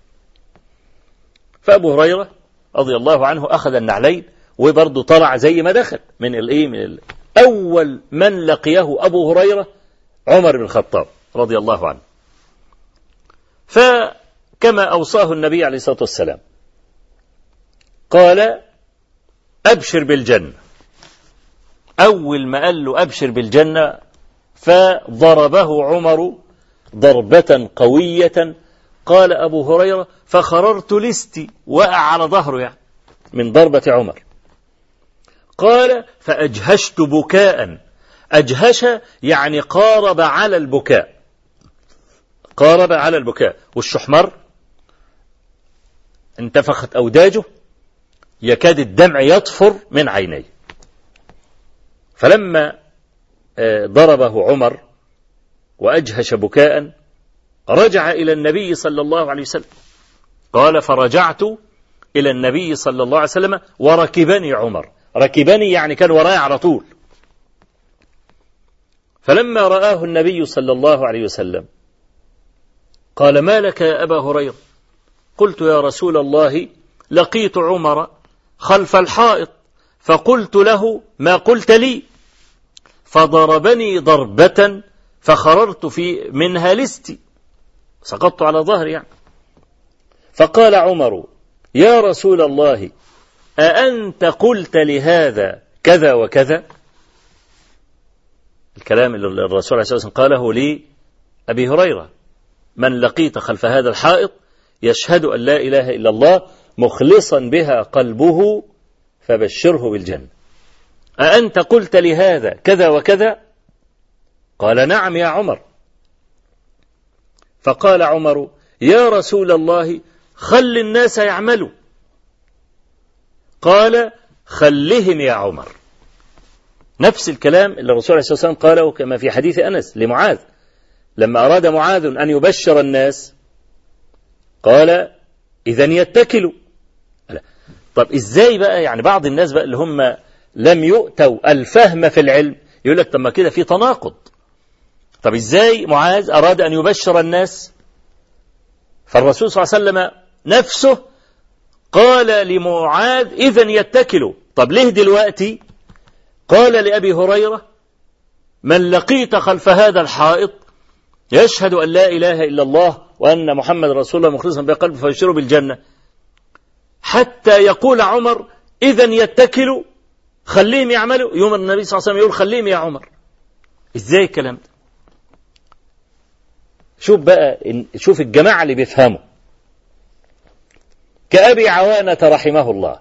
فأبو هريرة رضي الله عنه أخذ النعلين وبرضه طلع زي ما دخل من الإيه من ال... أول من لقيه أبو هريرة عمر بن الخطاب رضي الله عنه. فكما أوصاه النبي عليه الصلاة والسلام قال أبشر بالجنة. أول ما قال له أبشر بالجنة فضربه عمر ضربة قوية. قال أبو هريرة فخررت لستي، وقع على ظهره يعني من ضربة عمر. قال فأجهشت بكاء، أجهش يعني قارب على البكاء، قارب على البكاء، والشحمر انتفخت أوداجه يكاد الدمع يطفر من عينيه. فلما ضربه عمر وأجهش بكاء رجع إلى النبي صلى الله عليه وسلم. قال فرجعت إلى النبي صلى الله عليه وسلم وركبني عمر، ركبني يعني كان وراي على طول. فلما رآه النبي صلى الله عليه وسلم قال ما لك يا أبا هريرة؟ قلت يا رسول الله لقيت عمر خلف الحائط فقلت له ما قلت لي، فضربني ضربة فخررت في منها لستي، سقطت على ظهري يعني. فقال عمر يا رسول الله أأنت قلت لهذا كذا وكذا؟ الكلام اللي الرسول عليه الصلاة والسلام قاله لأبي هريرة من لقيت خلف هذا الحائط يشهد أن لا إله إلا الله مخلصا بها قلبه فبشره بالجنة. أأنت قلت لهذا كذا وكذا؟ قال نعم يا عمر. فقال عمر يا رسول الله خل الناس يعملوا. قال خلهم يا عمر. نفس الكلام اللي الرسول عليه الصلاة والسلام قاله كما في حديث أنس لمعاذ لما أراد معاذ أن يبشر الناس قال إذن يتكلوا. طب إزاي بقى يعني بعض الناس بقى اللي هم لم يؤتوا الفهم في العلم يقول لك طب ما كده في تناقض. طب إزاي معاذ أراد أن يبشر الناس فالرسول صلى الله عليه وسلم نفسه قال لمعاذ إذن يتكلوا؟ طب ليه دلوقتي قال لأبي هريرة من لقيت خلف هذا الحائط يشهد أن لا إله إلا الله وأن محمد رسول الله مخلصا بقلبه فيبشره بالجنة، حتى يقول عمر إذن يتكلوا خليهم يعملوا؟ يوم النبي صلى الله عليه وسلم يقول خليهم يا عمر. إزاي الكلام ده؟ شوف بقى، شوف الجماعة اللي بيفهموا كأبي عوانة رحمه الله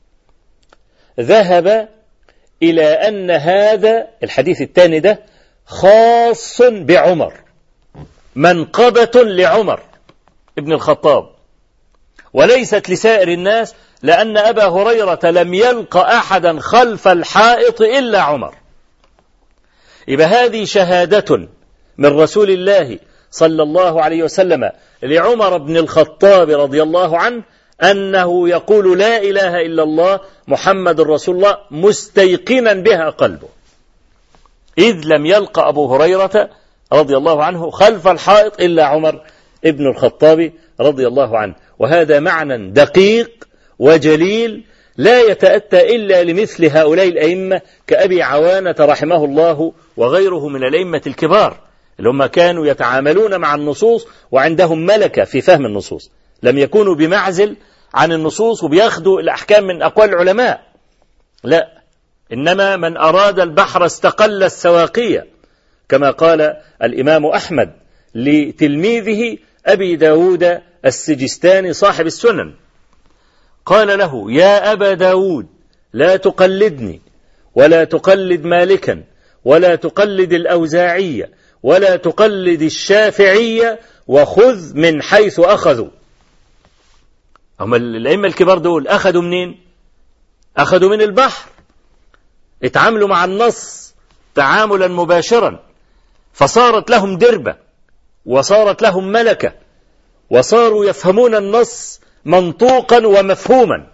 ذهب إلى أن هذا الحديث الثاني ده خاص بعمر، منقبة لعمر ابن الخطاب وليست لسائر الناس، لأن أبا هريرة لم يلق أحدا خلف الحائط إلا عمر. يبقى هذه شهادة من رسول الله صلى الله عليه وسلم لعمر بن الخطاب رضي الله عنه أنه يقول لا إله إلا الله محمد رسول الله مستيقنا بها قلبه، إذ لم يلق أبو هريرة رضي الله عنه خلف الحائط إلا عمر ابن الخطاب رضي الله عنه. وهذا معنى دقيق وجليل لا يتأتى إلا لمثل هؤلاء الأئمة كأبي عوانة رحمه الله وغيره من الأئمة الكبار اللي هم كانوا يتعاملون مع النصوص وعندهم ملكة في فهم النصوص، لم يكونوا بمعزل عن النصوص وبياخدوا الأحكام من أقوال العلماء، لا، إنما من أراد البحر استقل السواقية، كما قال الإمام أحمد لتلميذه أبي داود السجستاني صاحب السنن، قال له: يا أبا داود لا تقلدني ولا تقلد مالكا ولا تقلد الأوزاعية ولا تقلد الشافعية وخذ من حيث أخذوا. هم الأئمة الكبار دول أخذوا منين؟ أخذوا من البحر، اتعاملوا مع النص تعاملا مباشرا، فصارت لهم دربة وصارت لهم ملكة وصاروا يفهمون النص منطوقا ومفهوما،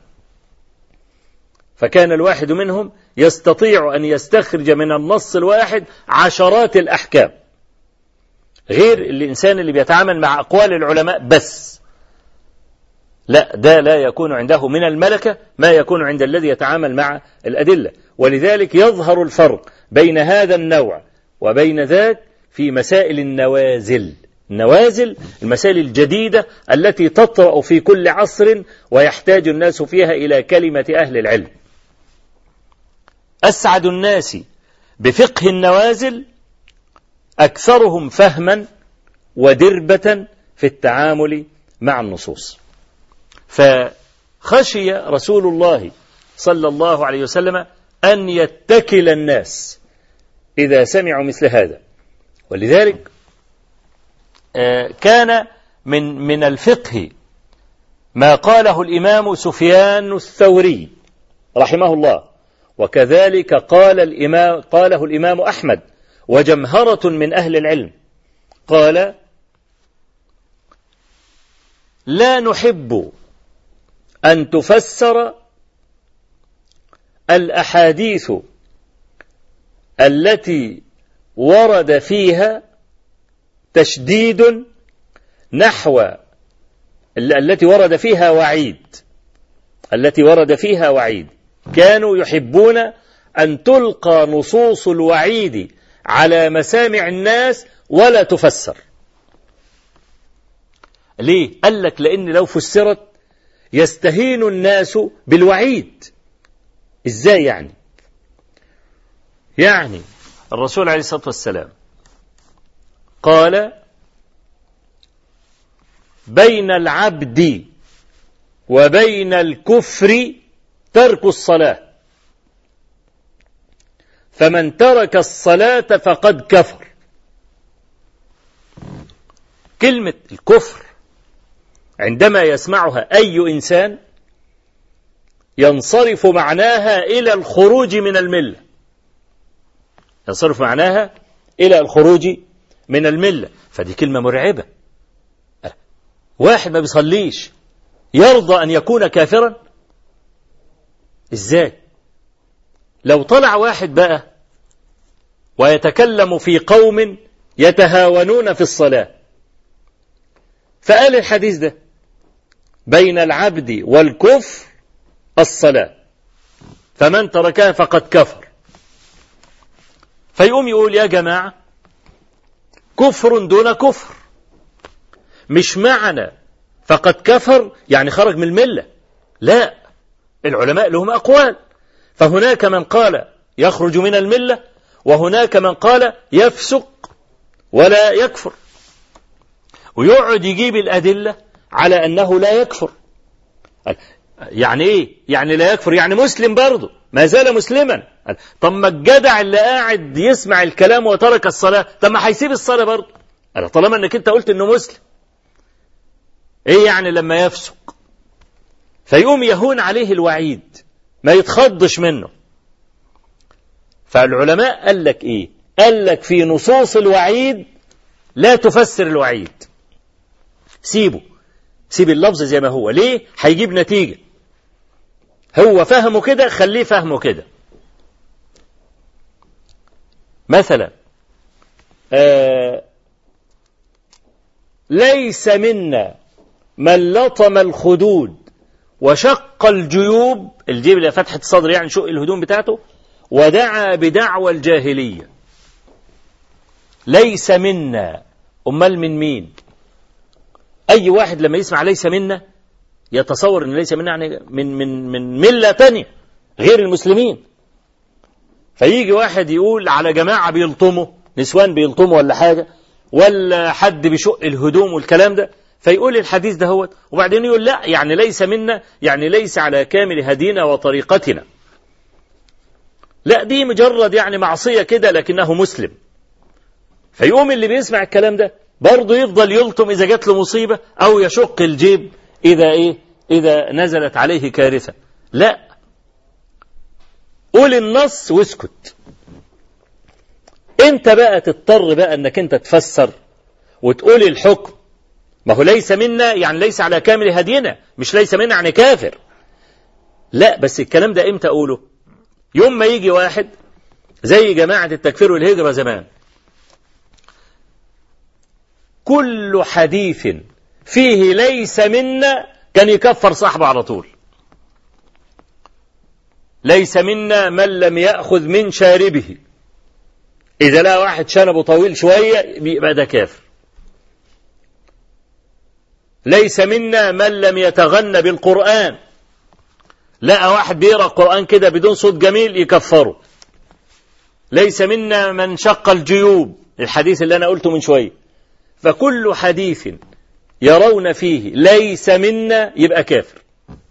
فكان الواحد منهم يستطيع أن يستخرج من النص الواحد عشرات الأحكام، غير الإنسان اللي بيتعامل مع أقوال العلماء بس، لا، ده لا يكون عنده من الملكة ما يكون عند الذي يتعامل مع الأدلة. ولذلك يظهر الفرق بين هذا النوع وبين ذاك في مسائل النوازل. النوازل المسائل الجديدة التي تطرأ في كل عصر ويحتاج الناس فيها إلى كلمة أهل العلم. أسعد الناس بفقه النوازل أكثرهم فهما ودربة في التعامل مع النصوص. فخشي رسول الله صلى الله عليه وسلم أن يتكل الناس إذا سمعوا مثل هذا، ولذلك كان من من الفقه ما قاله الإمام سفيان الثوري رحمه الله، وكذلك قال الإمام قاله الإمام أحمد وجمهرة من أهل العلم، قال: لا نحب أن تفسر الأحاديث التي ورد فيها تشديد نحو التي ورد فيها وعيد التي ورد فيها وعيد كانوا يحبون أن تلقى نصوص الوعيد على مسامع الناس ولا تفسر. ليه؟ قال لك لأن لو فسرت يستهين الناس بالوعيد. إزاي يعني؟ يعني الرسول عليه الصلاة والسلام قال: بين العبد وبين الكفر ترك الصلاة، فمن ترك الصلاة فقد كفر. كلمة الكفر عندما يسمعها أي إنسان ينصرف معناها إلى الخروج من الملة، ينصرف معناها إلى الخروج من الملة. فدي كلمة مرعبة. واحد ما بيصليش يرضى أن يكون كافرا؟ إزاي؟ لو طلع واحد بقى ويتكلم في قوم يتهاونون في الصلاة فقال الحديث ده: بين العبد والكفر الصلاة، فمن تركها فقد كفر، فيقوم يقول: يا جماعة، كفر دون كفر، مش معنى فقد كفر يعني خرج من الملة، لا، العلماء لهم أقوال، فهناك من قال يخرج من الملة وهناك من قال يفسق ولا يكفر، ويقعد يجيب الأدلة على أنه لا يكفر. يعني إيه؟ يعني لا يكفر يعني مسلم برضه، ما زال مسلما. طب ما الجدع اللي قاعد يسمع الكلام وترك الصلاة، طب ما هيسيب الصلاة برضه، طالما أنك أنت قلت أنه مسلم. إيه يعني لما يفسق؟ فيقوم يهون عليه الوعيد، ما يتخضش منه. فالعلماء قال لك إيه؟ قال لك في نصوص الوعيد لا تفسر الوعيد، سيبه، سيب اللفظ زي ما هو. ليه؟ هيجيب نتيجة. هو فهمه كده، خليه فهمه كده. مثلا آه ليس منا من لطم الخدود وشق الجيوب، الجيب اللي فتحة الصدر يعني شق الهدوم بتاعته، ودعا بدعوى الجاهلية. ليس منا. أمال من مين؟ أي واحد لما يسمع ليس منا يتصور أن ليس منا يعني من, من, من ملة تانية غير المسلمين. فيجي واحد يقول على جماعة بيلطموا، نسوان بيلطموا ولا حاجة، ولا حد بيشق الهدوم والكلام ده، فيقول الحديث ده هو، وبعدين يقول لا يعني ليس منا يعني ليس على كامل هدينا وطريقتنا. لا، دي مجرد يعني معصية كده لكنه مسلم. فيقوم اللي بيسمع الكلام ده برضه يفضل يلطم إذا جات له مصيبة، أو يشق الجيب إذا إيه إذا نزلت عليه كارثة. لا، قول النص واسكت. انت بقى تضطر بقى انك انت تفسر وتقول الحكم. ما هو ليس منا يعني ليس على كامل هدينا، مش ليس منا يعني كافر. لا، بس الكلام ده امتى اقوله؟ يوم ما يجي واحد زي جماعة التكفير والهجرة زمان، كل حديث فيه ليس منا كان يكفر صاحبه على طول. ليس منا من لم يأخذ من شاربه. إذا لا واحد شنبه طويل شوية يبقى ده كافر. ليس منا من لم يتغنى بالقرآن. لقى واحد بيقرأ القرآن كده بدون صوت جميل يكفره. ليس منا من شق الجيوب، الحديث اللي أنا قلته من شوية. فكل حديث يرون فيه ليس منا يبقى كافر.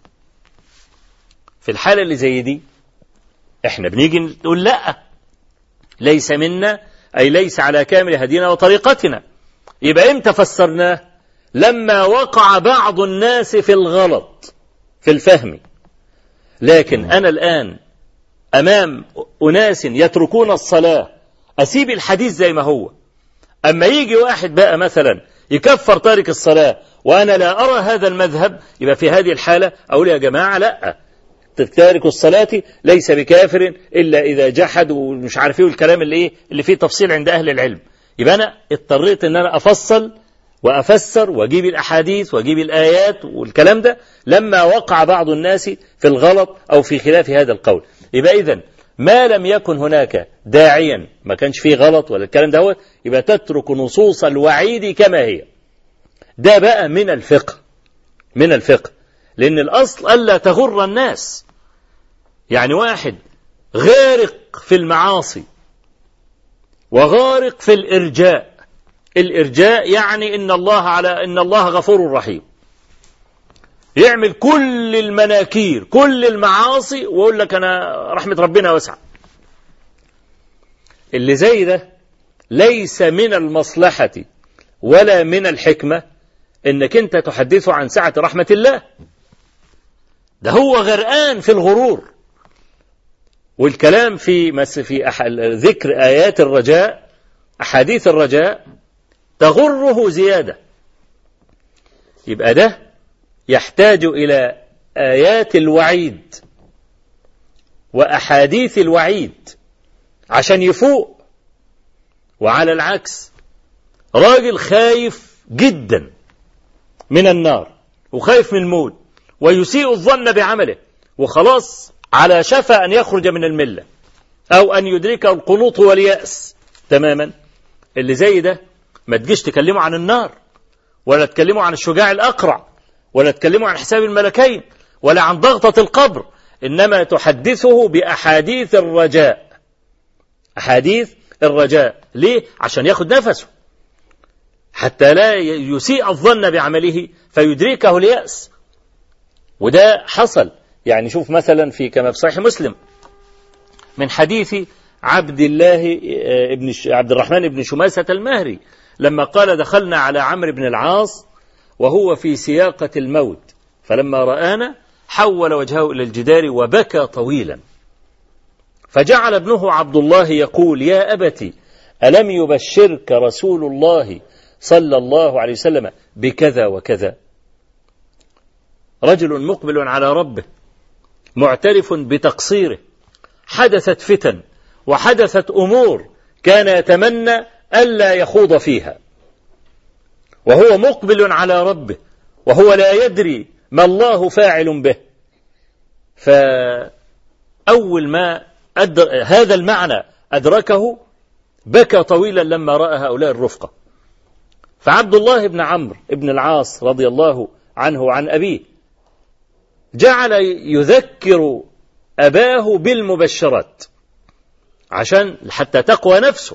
في الحالة اللي زي دي احنا بنيجي نقول لا، ليس منا أي ليس على كامل هدينا وطريقتنا. يبقى امتى فسرناه؟ لما وقع بعض الناس في الغلط في الفهم. لكن أنا الآن أمام أناس يتركون الصلاة، أسيب الحديث زي ما هو. أما يجي واحد بقى مثلا يكفر تارك الصلاة وأنا لا أرى هذا المذهب، يبقى في هذه الحالة أقول يا جماعة لا، تارك الصلاة ليس بكافر إلا إذا جحد ومش عارف ايه الكلام اللي ايه اللي فيه تفصيل عند أهل العلم. يبقى أنا اضطريت أن أنا أفصل وأفسر وأجيب الأحاديث وأجيب الآيات والكلام ده لما وقع بعض الناس في الغلط أو في خلاف هذا القول. يبقى إذن ما لم يكن هناك داعيا، ما كانش فيه غلط ولا الكلام ده، يبقى تترك نصوص الوعيد كما هي. ده بقى من الفقه، من الفقه، لأن الأصل ألا تغر الناس. يعني واحد غارق في المعاصي وغارق في الإرجاء. الإرجاء يعني إن الله على إن الله غفور رحيم، يعمل كل المناكير كل المعاصي ويقول لك أنا رحمة ربنا واسعة. اللي زي ده ليس من المصلحة ولا من الحكمة إنك أنت تحدثه عن سعة رحمة الله. ده هو غرقان في الغرور. والكلام في في ذكر آيات الرجاء، أحاديث الرجاء تغره زيادة. يبقى ده يحتاج إلى آيات الوعيد وأحاديث الوعيد عشان يفوق. وعلى العكس راجل خايف جدا من النار وخايف من الموت ويسيء الظن بعمله وخلاص على شفا أن يخرج من الملة أو أن يدركه القنوط واليأس تماما. اللي زي ده ما تجيش تكلمه عن النار ولا تكلمه عن الشجاع الأقرع ولا تكلمه عن حساب الملكين ولا عن ضغطة القبر، إنما تحدثه بأحاديث الرجاء. أحاديث الرجاء ليه؟ عشان ياخد نفسه حتى لا يسيء الظن بعمله فيدركه اليأس. وده حصل. يعني شوف مثلا في كما في صحيح مسلم من حديث عبد الله ابن عبد الرحمن بن شماسة المهري لما قال دخلنا على عمرو بن العاص وهو في سياقة الموت فلما رآنا حول وجهه إلى الجدار وبكى طويلا، فجعل ابنه عبد الله يقول يا أبتي ألم يبشرك رسول الله صلى الله عليه وسلم بكذا وكذا؟ رجل مقبل على ربه معترف بتقصيره، حدثت فتن وحدثت أمور كان يتمنى ألا يخوض فيها، وهو مقبل على ربه وهو لا يدري ما الله فاعل به. فأول ما أدر هذا المعنى أدركه بكى طويلا لما رأى هؤلاء الرفقة. فعبد الله بن عمرو بن العاص رضي الله عنه عن أبيه جعل يذكر أباه بالمبشرات عشان حتى تقوى نفسه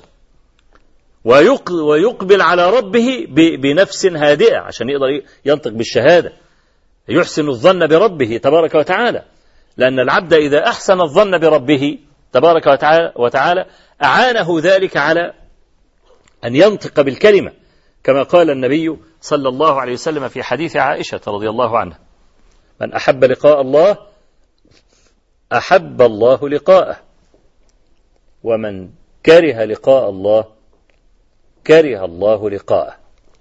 ويقبل على ربه بنفس هادئة عشان يقدر ينطق بالشهادة، يحسن الظن بربه تبارك وتعالى، لأن العبد إذا أحسن الظن بربه تبارك وتعالى أعانه ذلك على أن ينطق بالكلمة، كما قال النبي صلى الله عليه وسلم في حديث عائشة رضي الله عنها: من أحب لقاء الله أحب الله لقاءه، ومن كره لقاء الله كره الله لقاءه.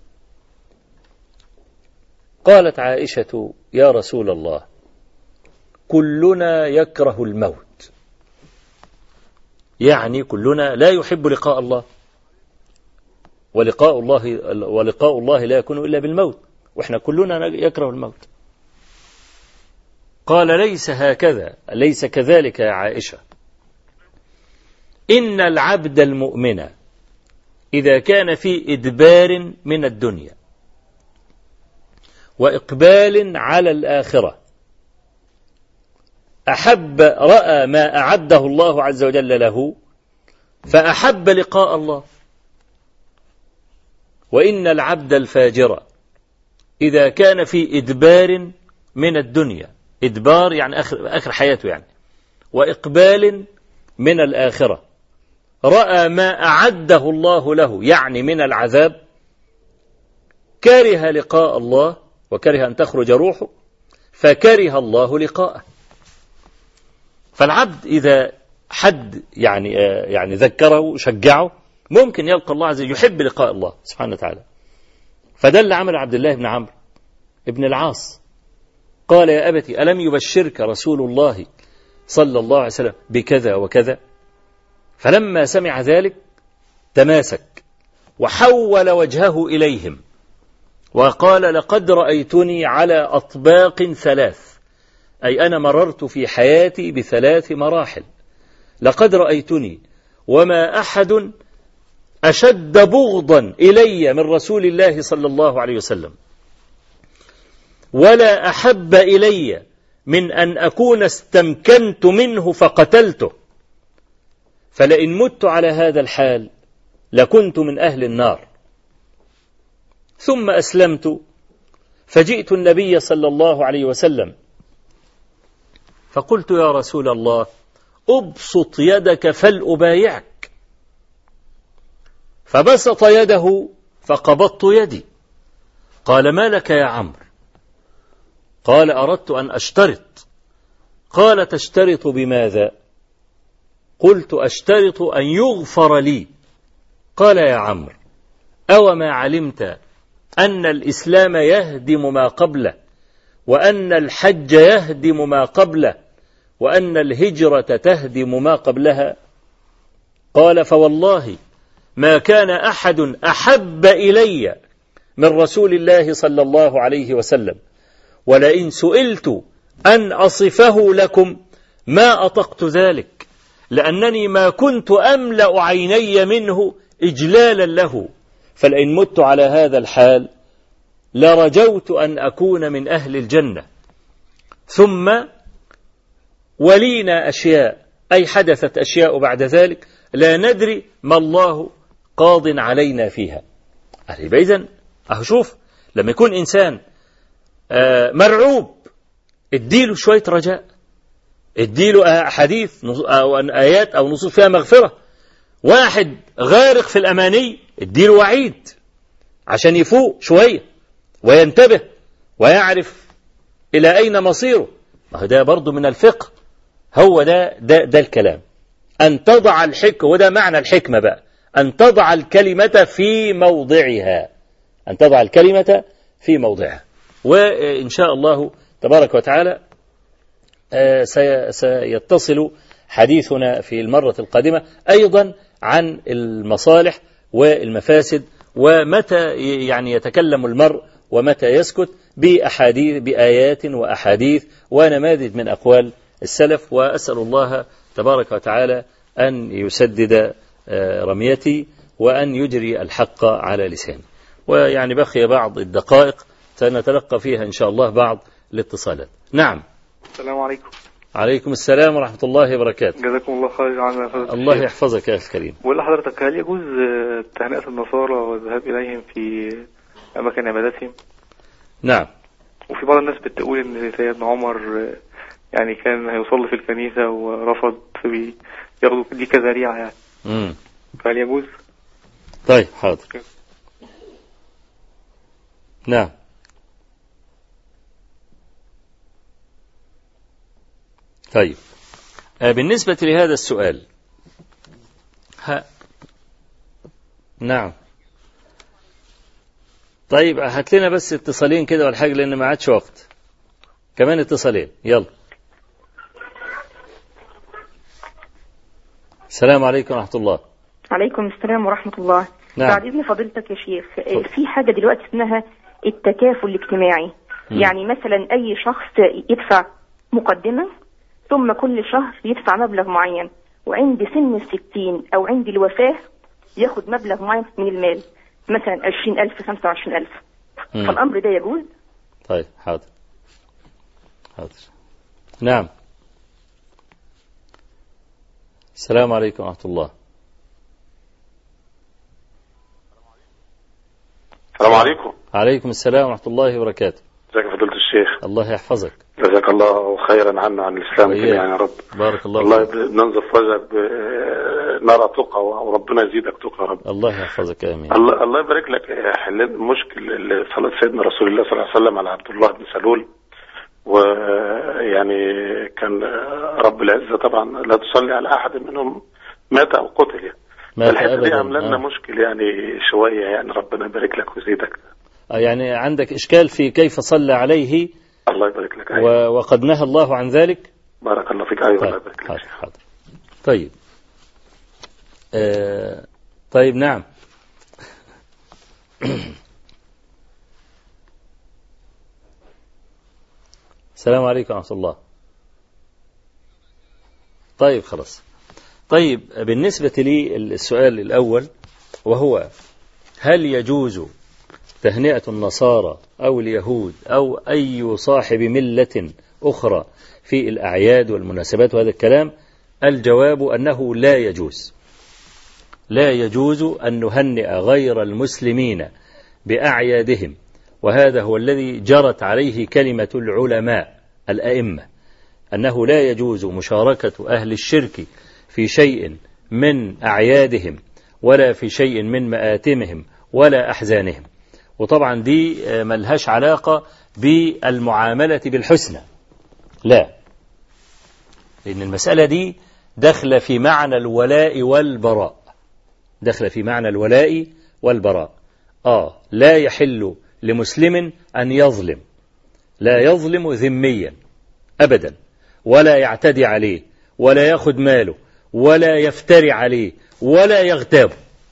قالت عائشة: يا رسول الله، كلنا يكره الموت، يعني كلنا لا يحب لقاء الله، ولقاء الله ولقاء الله لا يكون إلا بالموت، وإحنا كلنا يكره الموت. قال: ليس هكذا، ليس كذلك يا عائشة، إن العبد المؤمن إذا كان في إدبار من الدنيا وإقبال على الآخرة أحب رأى ما أعده الله عز وجل له فأحب لقاء الله، وإن العبد الفاجر إذا كان في إدبار من الدنيا، إدبار يعني آخر, آخر حياته يعني، وإقبال من الآخرة رأى ما أعده الله له يعني من العذاب، كره لقاء الله وكره أن تخرج روحه فكره الله لقاءه. فالعبد إذا حد يعني يعني ذكره شجعه ممكن يلقى الله عز وجل، يحب لقاء الله سبحانه وتعالى. فده اللي عمل عبد الله بن عمرو ابن العاص. قال: يا أبتي ألم يبشرك رسول الله صلى الله عليه وسلم بكذا وكذا؟ فلما سمع ذلك تماسك وحول وجهه إليهم وقال: لقد رأيتني على أطباق ثلاث، أي أنا مررت في حياتي بثلاث مراحل، لقد رأيتني وما أحد أشد بغضا إلي من رسول الله صلى الله عليه وسلم، ولا أحب إلي من أن أكون استمكنت منه فقتلته، فلئن مت على هذا الحال لكنت من أهل النار. ثم أسلمت فجئت النبي صلى الله عليه وسلم فقلت: يا رسول الله، أبسط يدك فلأبايعك. فبسط يده فقبضت يدي. قال: ما لك يا عمرو؟ قال: أردت أن أشترط. قال: تشترط بماذا؟ قلت: أشترط أن يغفر لي. قال: يا عمرو، أو ما علمت أن الإسلام يهدم ما قبله، وأن الحج يهدم ما قبله، وأن الهجرة تهدم ما قبلها؟ قال: فوالله ما كان أحد أحب إلي من رسول الله صلى الله عليه وسلم، ولئن سئلت أن أصفه لكم ما أطقت ذلك، لأنني ما كنت أملأ عيني منه إجلالا له، فلئن مت على هذا الحال لرجوت أن أكون من أهل الجنة. ثم ولينا أشياء، أي حدثت أشياء بعد ذلك لا ندري ما الله قاض علينا فيها. إذن أشوف لما يكون إنسان مرعوب اديله شوية رجاء، اديله حديث أو آيات أو نصوص فيها مغفرة. واحد غارق في الأماني اديله وعيد عشان يفوق شوية وينتبه ويعرف إلى أين مصيره. ده برضو من الفقه، هو ده, ده, ده الكلام، أن تضع الحكمة، وده معنى الحكمة بقى، أن تضع الكلمة في موضعها، أن تضع الكلمة في موضعها. وإن شاء الله تبارك وتعالى سيتصل حديثنا في المرة القادمة أيضا عن المصالح والمفاسد، ومتى يعني يتكلم المرء ومتى يسكت، بأحاديث بآيات وأحاديث ونماذج من أقوال السلف. وأسأل الله تبارك وتعالى أن يسدد رميتي وأن يجري الحق على لساني. ويعني بقي بعض الدقائق سنتلقى فيها إن شاء الله بعض الاتصالات. نعم. السلام عليكم. عليكم السلام ورحمة الله وبركاته. جزاكم الله خير عنا فضل الله الشيخ. يحفظك يا أخي الكريم. بقول لحضرتك، هل يجوز تهنئة النصارى والذهاب إليهم في أماكن عبادتهم؟ نعم. وفي بعض الناس بتقول إن سيدنا عمر يعني كان هيصلي في الكنيسة ورفض، ياخدوا دي كذريعة يعني. امم فهل يجوز؟ طيب حاضر. نعم. طيب بالنسبة لهذا السؤال ها. نعم. طيب هات لنا بس اتصالين كده ولا حاجة لأن ما عادش وقت. كمان اتصالين يلا. السلام عليكم ورحمة الله. عليكم السلام ورحمة الله. نعم. بعد إذن فضيلتك يا شيخ، في حاجة دلوقتي اسمها التكافل الاجتماعي. م. يعني مثلا أي شخص يدفع مقدمة ثم كل شهر يدفع مبلغ معين، وعند سن الستين أو عند الوفاة ياخد مبلغ معين من المال، مثلا عشرين ألف خمسة وعشرين ألف. فالأمر ده يجوز؟ طيب حاضر حاضر. نعم. السلام عليكم ورحمة الله. السلام عليكم. عليكم السلام ورحمة الله وبركاته. ازيك يا فضيلة الشيخ؟ الله يحفظك. جزاك الله خيرا عنا عن الإسلام جميعا يا رب. بارك الله والله ننظف وجهك نرى تقى وربنا يزيدك تقى يا رب. الله يحفظك آمين. الله الله يبارك لك. حليت مشكل صلاة سيدنا رسول الله صلى الله عليه وسلم على عبد الله بن سلول، ويعني كان رب العزة طبعا لا تصلي على أحد منهم مات أو قتل. الحته دي عامله لنا آه. مشكل يعني شويه، يعني ربنا يبارك لك ويزيدك. آه يعني عندك إشكال في كيف صلى عليه. الله يبارك لك. أيوة. وقد نهى الله عن ذلك. بارك الله فيك. أيوة. طيب. الله يبارك لك. حاضر حاضر. طيب آه طيب نعم. السلام عليكم ورحمة الله. طيب خلاص. طيب بالنسبة لي السؤال الأول وهو هل يجوز تهنئة النصارى أو اليهود أو أي صاحب ملة أخرى في الأعياد والمناسبات وهذا الكلام؟ الجواب أنه لا يجوز. لا يجوز أن نهنئ غير المسلمين بأعيادهم، وهذا هو الذي جرت عليه كلمة العلماء الأئمة، أنه لا يجوز مشاركة أهل الشرك في شيء من أعيادهم ولا في شيء من مآتمهم ولا أحزانهم. وطبعا دي ملهاش علاقة بالمعاملة بالحسنى، لا، لأن المسألة دي دخل في معنى الولاء والبراء، دخل في معنى الولاء والبراء. آه لا يحل لمسلم أن يظلم، لا يظلم ذميا أبدا، ولا يعتدي عليه، ولا يأخذ ماله، ولا يفتري عليه، ولا يغتاب.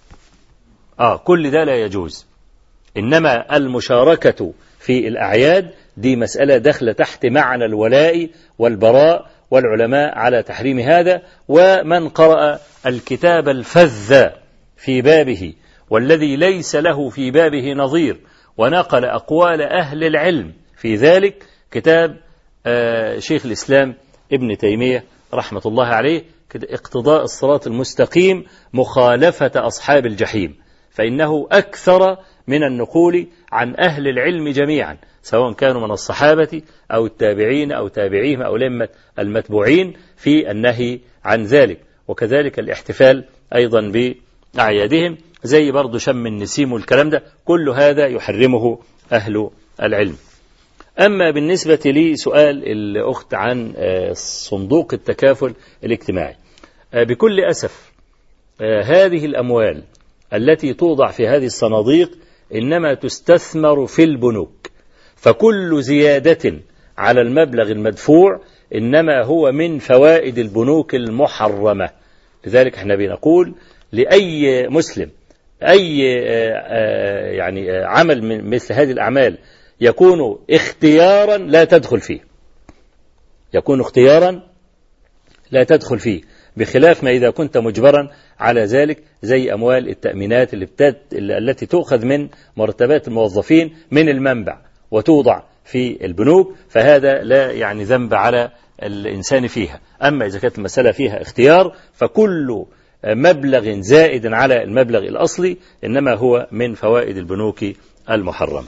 آه كل ده لا يجوز. إنما المشاركة في الأعياد دي مسألة دخل تحت معنى الولاء والبراء، والعلماء على تحريم هذا. ومن قرأ الكتاب الفذ في بابه والذي ليس له في بابه نظير ونقل أقوال أهل العلم في ذلك، كتاب آه شيخ الإسلام ابن تيمية رحمة الله عليه، اقتضاء الصراط المستقيم مخالفة أصحاب الجحيم، فإنه أكثر من النقول عن أهل العلم جميعا، سواء كانوا من الصحابة أو التابعين أو تابعيهم أو لمة المتبوعين، في النهي عن ذلك. وكذلك الاحتفال أيضا بأعيادهم زي برضو شم النسيم والكلام ده، كل هذا يحرمه أهل العلم. أما بالنسبة لي سؤال الأخت عن صندوق التكافل الاجتماعي، بكل أسف هذه الأموال التي توضع في هذه الصناديق إنما تستثمر في البنوك، فكل زيادة على المبلغ المدفوع إنما هو من فوائد البنوك المحرمة. لذلك احنا بنقول لأي مسلم أي يعني عمل من مثل هذه الأعمال يكون اختيارا لا تدخل فيه، يكون اختيارا لا تدخل فيه، بخلاف ما إذا كنت مجبرا على ذلك، زي أموال التأمينات اللي بتات التي تؤخذ من مرتبات الموظفين من المنبع وتوضع في البنوك، فهذا لا يعني ذنب على الإنسان فيها. أما إذا كانت المسألة فيها اختيار فكل مبلغ زائد على المبلغ الأصلي إنما هو من فوائد البنوك المحرمة.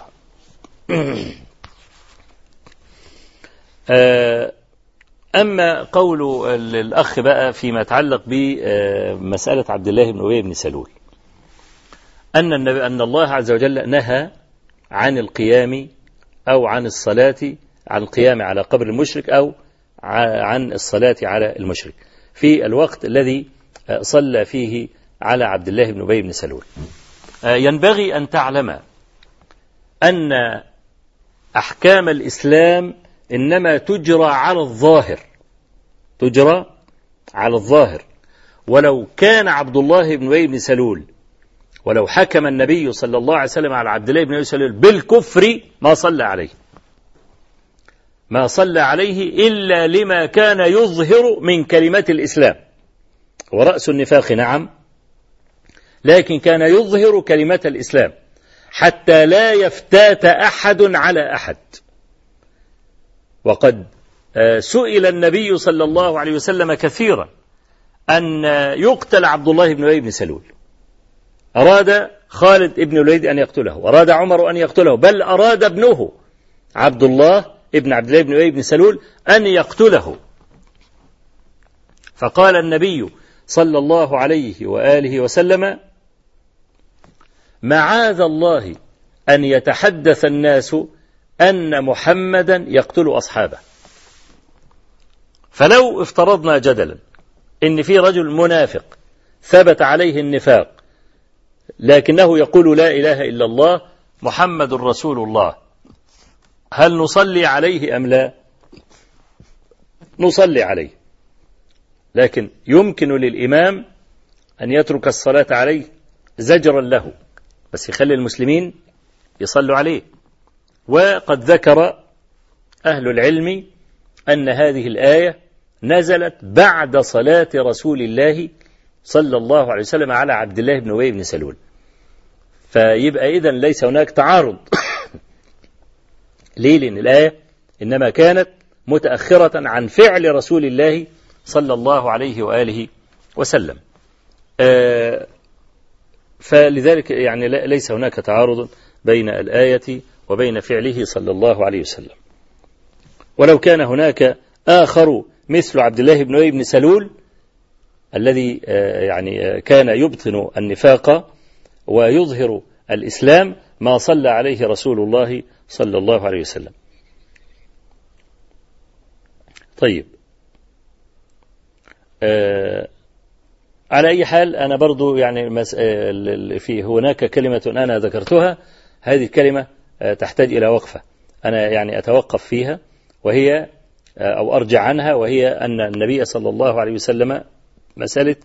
أما قول الأخ بقى فيما يتعلق بمسألة عبد الله بن أبي بن سلول، أن النبي أن الله عز وجل نهى عن القيام أو عن الصلاة، عن القيام على قبر المشرك أو عن الصلاة على المشرك في الوقت الذي صلى فيه على عبد الله بن أبي بن سلول. ينبغي أن تعلم أن أحكام الإسلام إنما تجرى على الظاهر، تجرى على الظاهر. ولو كان عبد الله بن أبي بن سلول، ولو حكم النبي صلى الله عليه وسلم على عبد الله بن أبي بن سلول بالكفر ما صلى عليه، ما صلى عليه إلا لما كان يظهر من كلمة الإسلام ورأس النفاق، نعم، لكن كان يظهر كلمة الإسلام حتى لا يفتات أحد على أحد. وقد سئل النبي صلى الله عليه وسلم كثيرا أن يقتل عبد الله بن أبي بن سلول، أراد خالد بن الوليد أن يقتله، أراد عمر أن يقتله، بل أراد ابنه عبد الله ابن عبد الله بن أبي بن سلول أن يقتله، فقال النبي صلى الله عليه وآله وسلم: معاذ الله أن يتحدث الناس أن محمدا يقتل أصحابه. فلو افترضنا جدلا إن في رجل منافق ثبت عليه النفاق لكنه يقول لا إله إلا الله محمد رسول الله، هل نصلي عليه أم لا؟ نصلي عليه، لكن يمكن للإمام أن يترك الصلاة عليه زجرا له، بس يخلي المسلمين يصلوا عليه. وقد ذكر أهل العلم أن هذه الآية نزلت بعد صلاة رسول الله صلى الله عليه وسلم على عبد الله بن أبي بن سلول، فيبقى إذن ليس هناك تعارض. ليه؟ لأن الآية إنما كانت متأخرة عن فعل رسول الله صلى الله عليه وآله وسلم، آه فلذلك يعني ليس هناك تعارض بين الآية وبين فعله صلى الله عليه وسلم. ولو كان هناك آخر مثل عبد الله بن أبي بن سلول الذي آه يعني كان يبطن النفاق ويظهر الإسلام ما صلى عليه رسول الله صلى الله عليه وسلم. طيب، آه على أي حال أنا برضو يعني في هناك كلمة أنا ذكرتها، هذه الكلمة تحتاج إلى وقفة، أنا يعني أتوقف فيها، وهي أو أرجع عنها، وهي أن النبي صلى الله عليه وسلم مسألة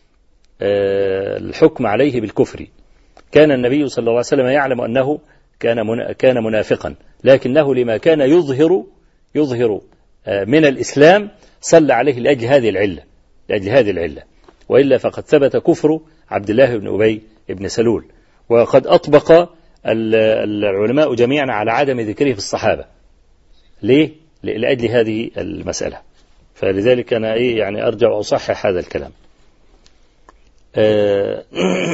الحكم عليه بالكفر، كان النبي صلى الله عليه وسلم يعلم أنه كان كان منافقا، لكنه لما كان يظهر يظهر من الإسلام صلى عليه لأجل هذه العلة، لأجل هذه العلة، وإلا فقد ثبت كفر عبد الله بن أبي بن سلول. وقد أطبق العلماء جميعا على عدم ذكره في الصحابة. ليه؟ لأجل هذه المسألة، فلذلك أنا إيه يعني أرجع وأصحح هذا الكلام. آه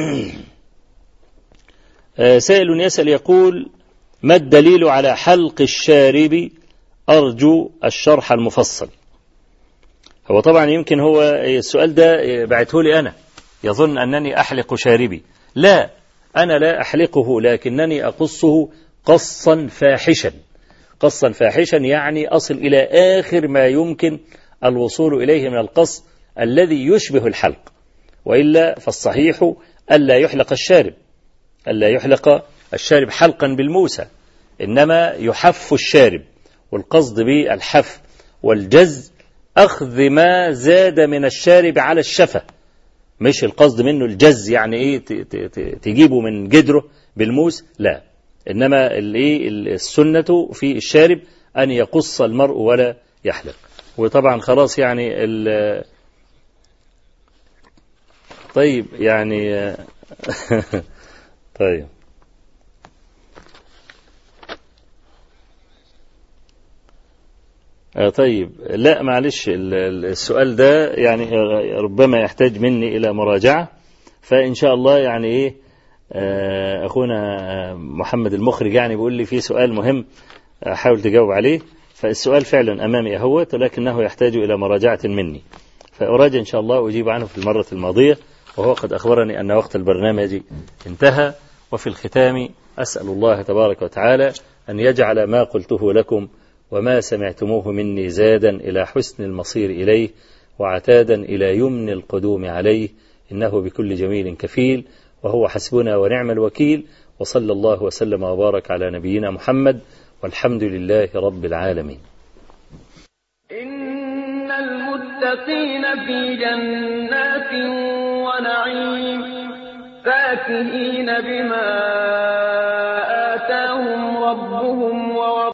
آه سائل يسأل يقول: ما الدليل على حلق الشارب؟ أرجو الشرح المفصل. هو طبعا يمكن هو السؤال ده بعته لي أنا، يظن أنني أحلق شاربي. لا، أنا لا أحلقه، لكنني أقصه قصا فاحشا. قصا فاحشا يعني أصل إلى آخر ما يمكن الوصول إليه من القص الذي يشبه الحلق، وإلا فالصحيح ألا يحلق الشارب، ألا يحلق الشارب حلقا بالموسى، إنما يحف الشارب، والقصد بالحف والجز أخذ ما زاد من الشارب على الشفة، مش القصد منه الجز يعني إيه تجيبه من جدره بالموس، لا، إنما السنة في الشارب أن يقص المرء ولا يحلق. وطبعا خلاص يعني طيب يعني طيب طيب لا معلش السؤال ده يعني ربما يحتاج مني إلى مراجعة، فإن شاء الله يعني إيه أخونا محمد المخرج يعني بيقول لي في سؤال مهم أحاول تجاوب عليه، فالسؤال فعلا أمامي أهوت ولكنه يحتاج إلى مراجعة مني، فأراجع إن شاء الله أجيب عنه في المرة الماضية، وهو قد أخبرني أن وقت البرنامج انتهى. وفي الختام أسأل الله تبارك وتعالى أن يجعل ما قلته لكم وما سمعتموه مني زادا إلى حسن المصير إليه وعتادا إلى يمن القدوم عليه، إنه بكل جميل كفيل وهو حسبنا ونعم الوكيل. وصلى الله وسلم وبارك على نبينا محمد والحمد لله رب العالمين. إن المتقين في جنات ونعيم فاكهين بما آتاهم ربهم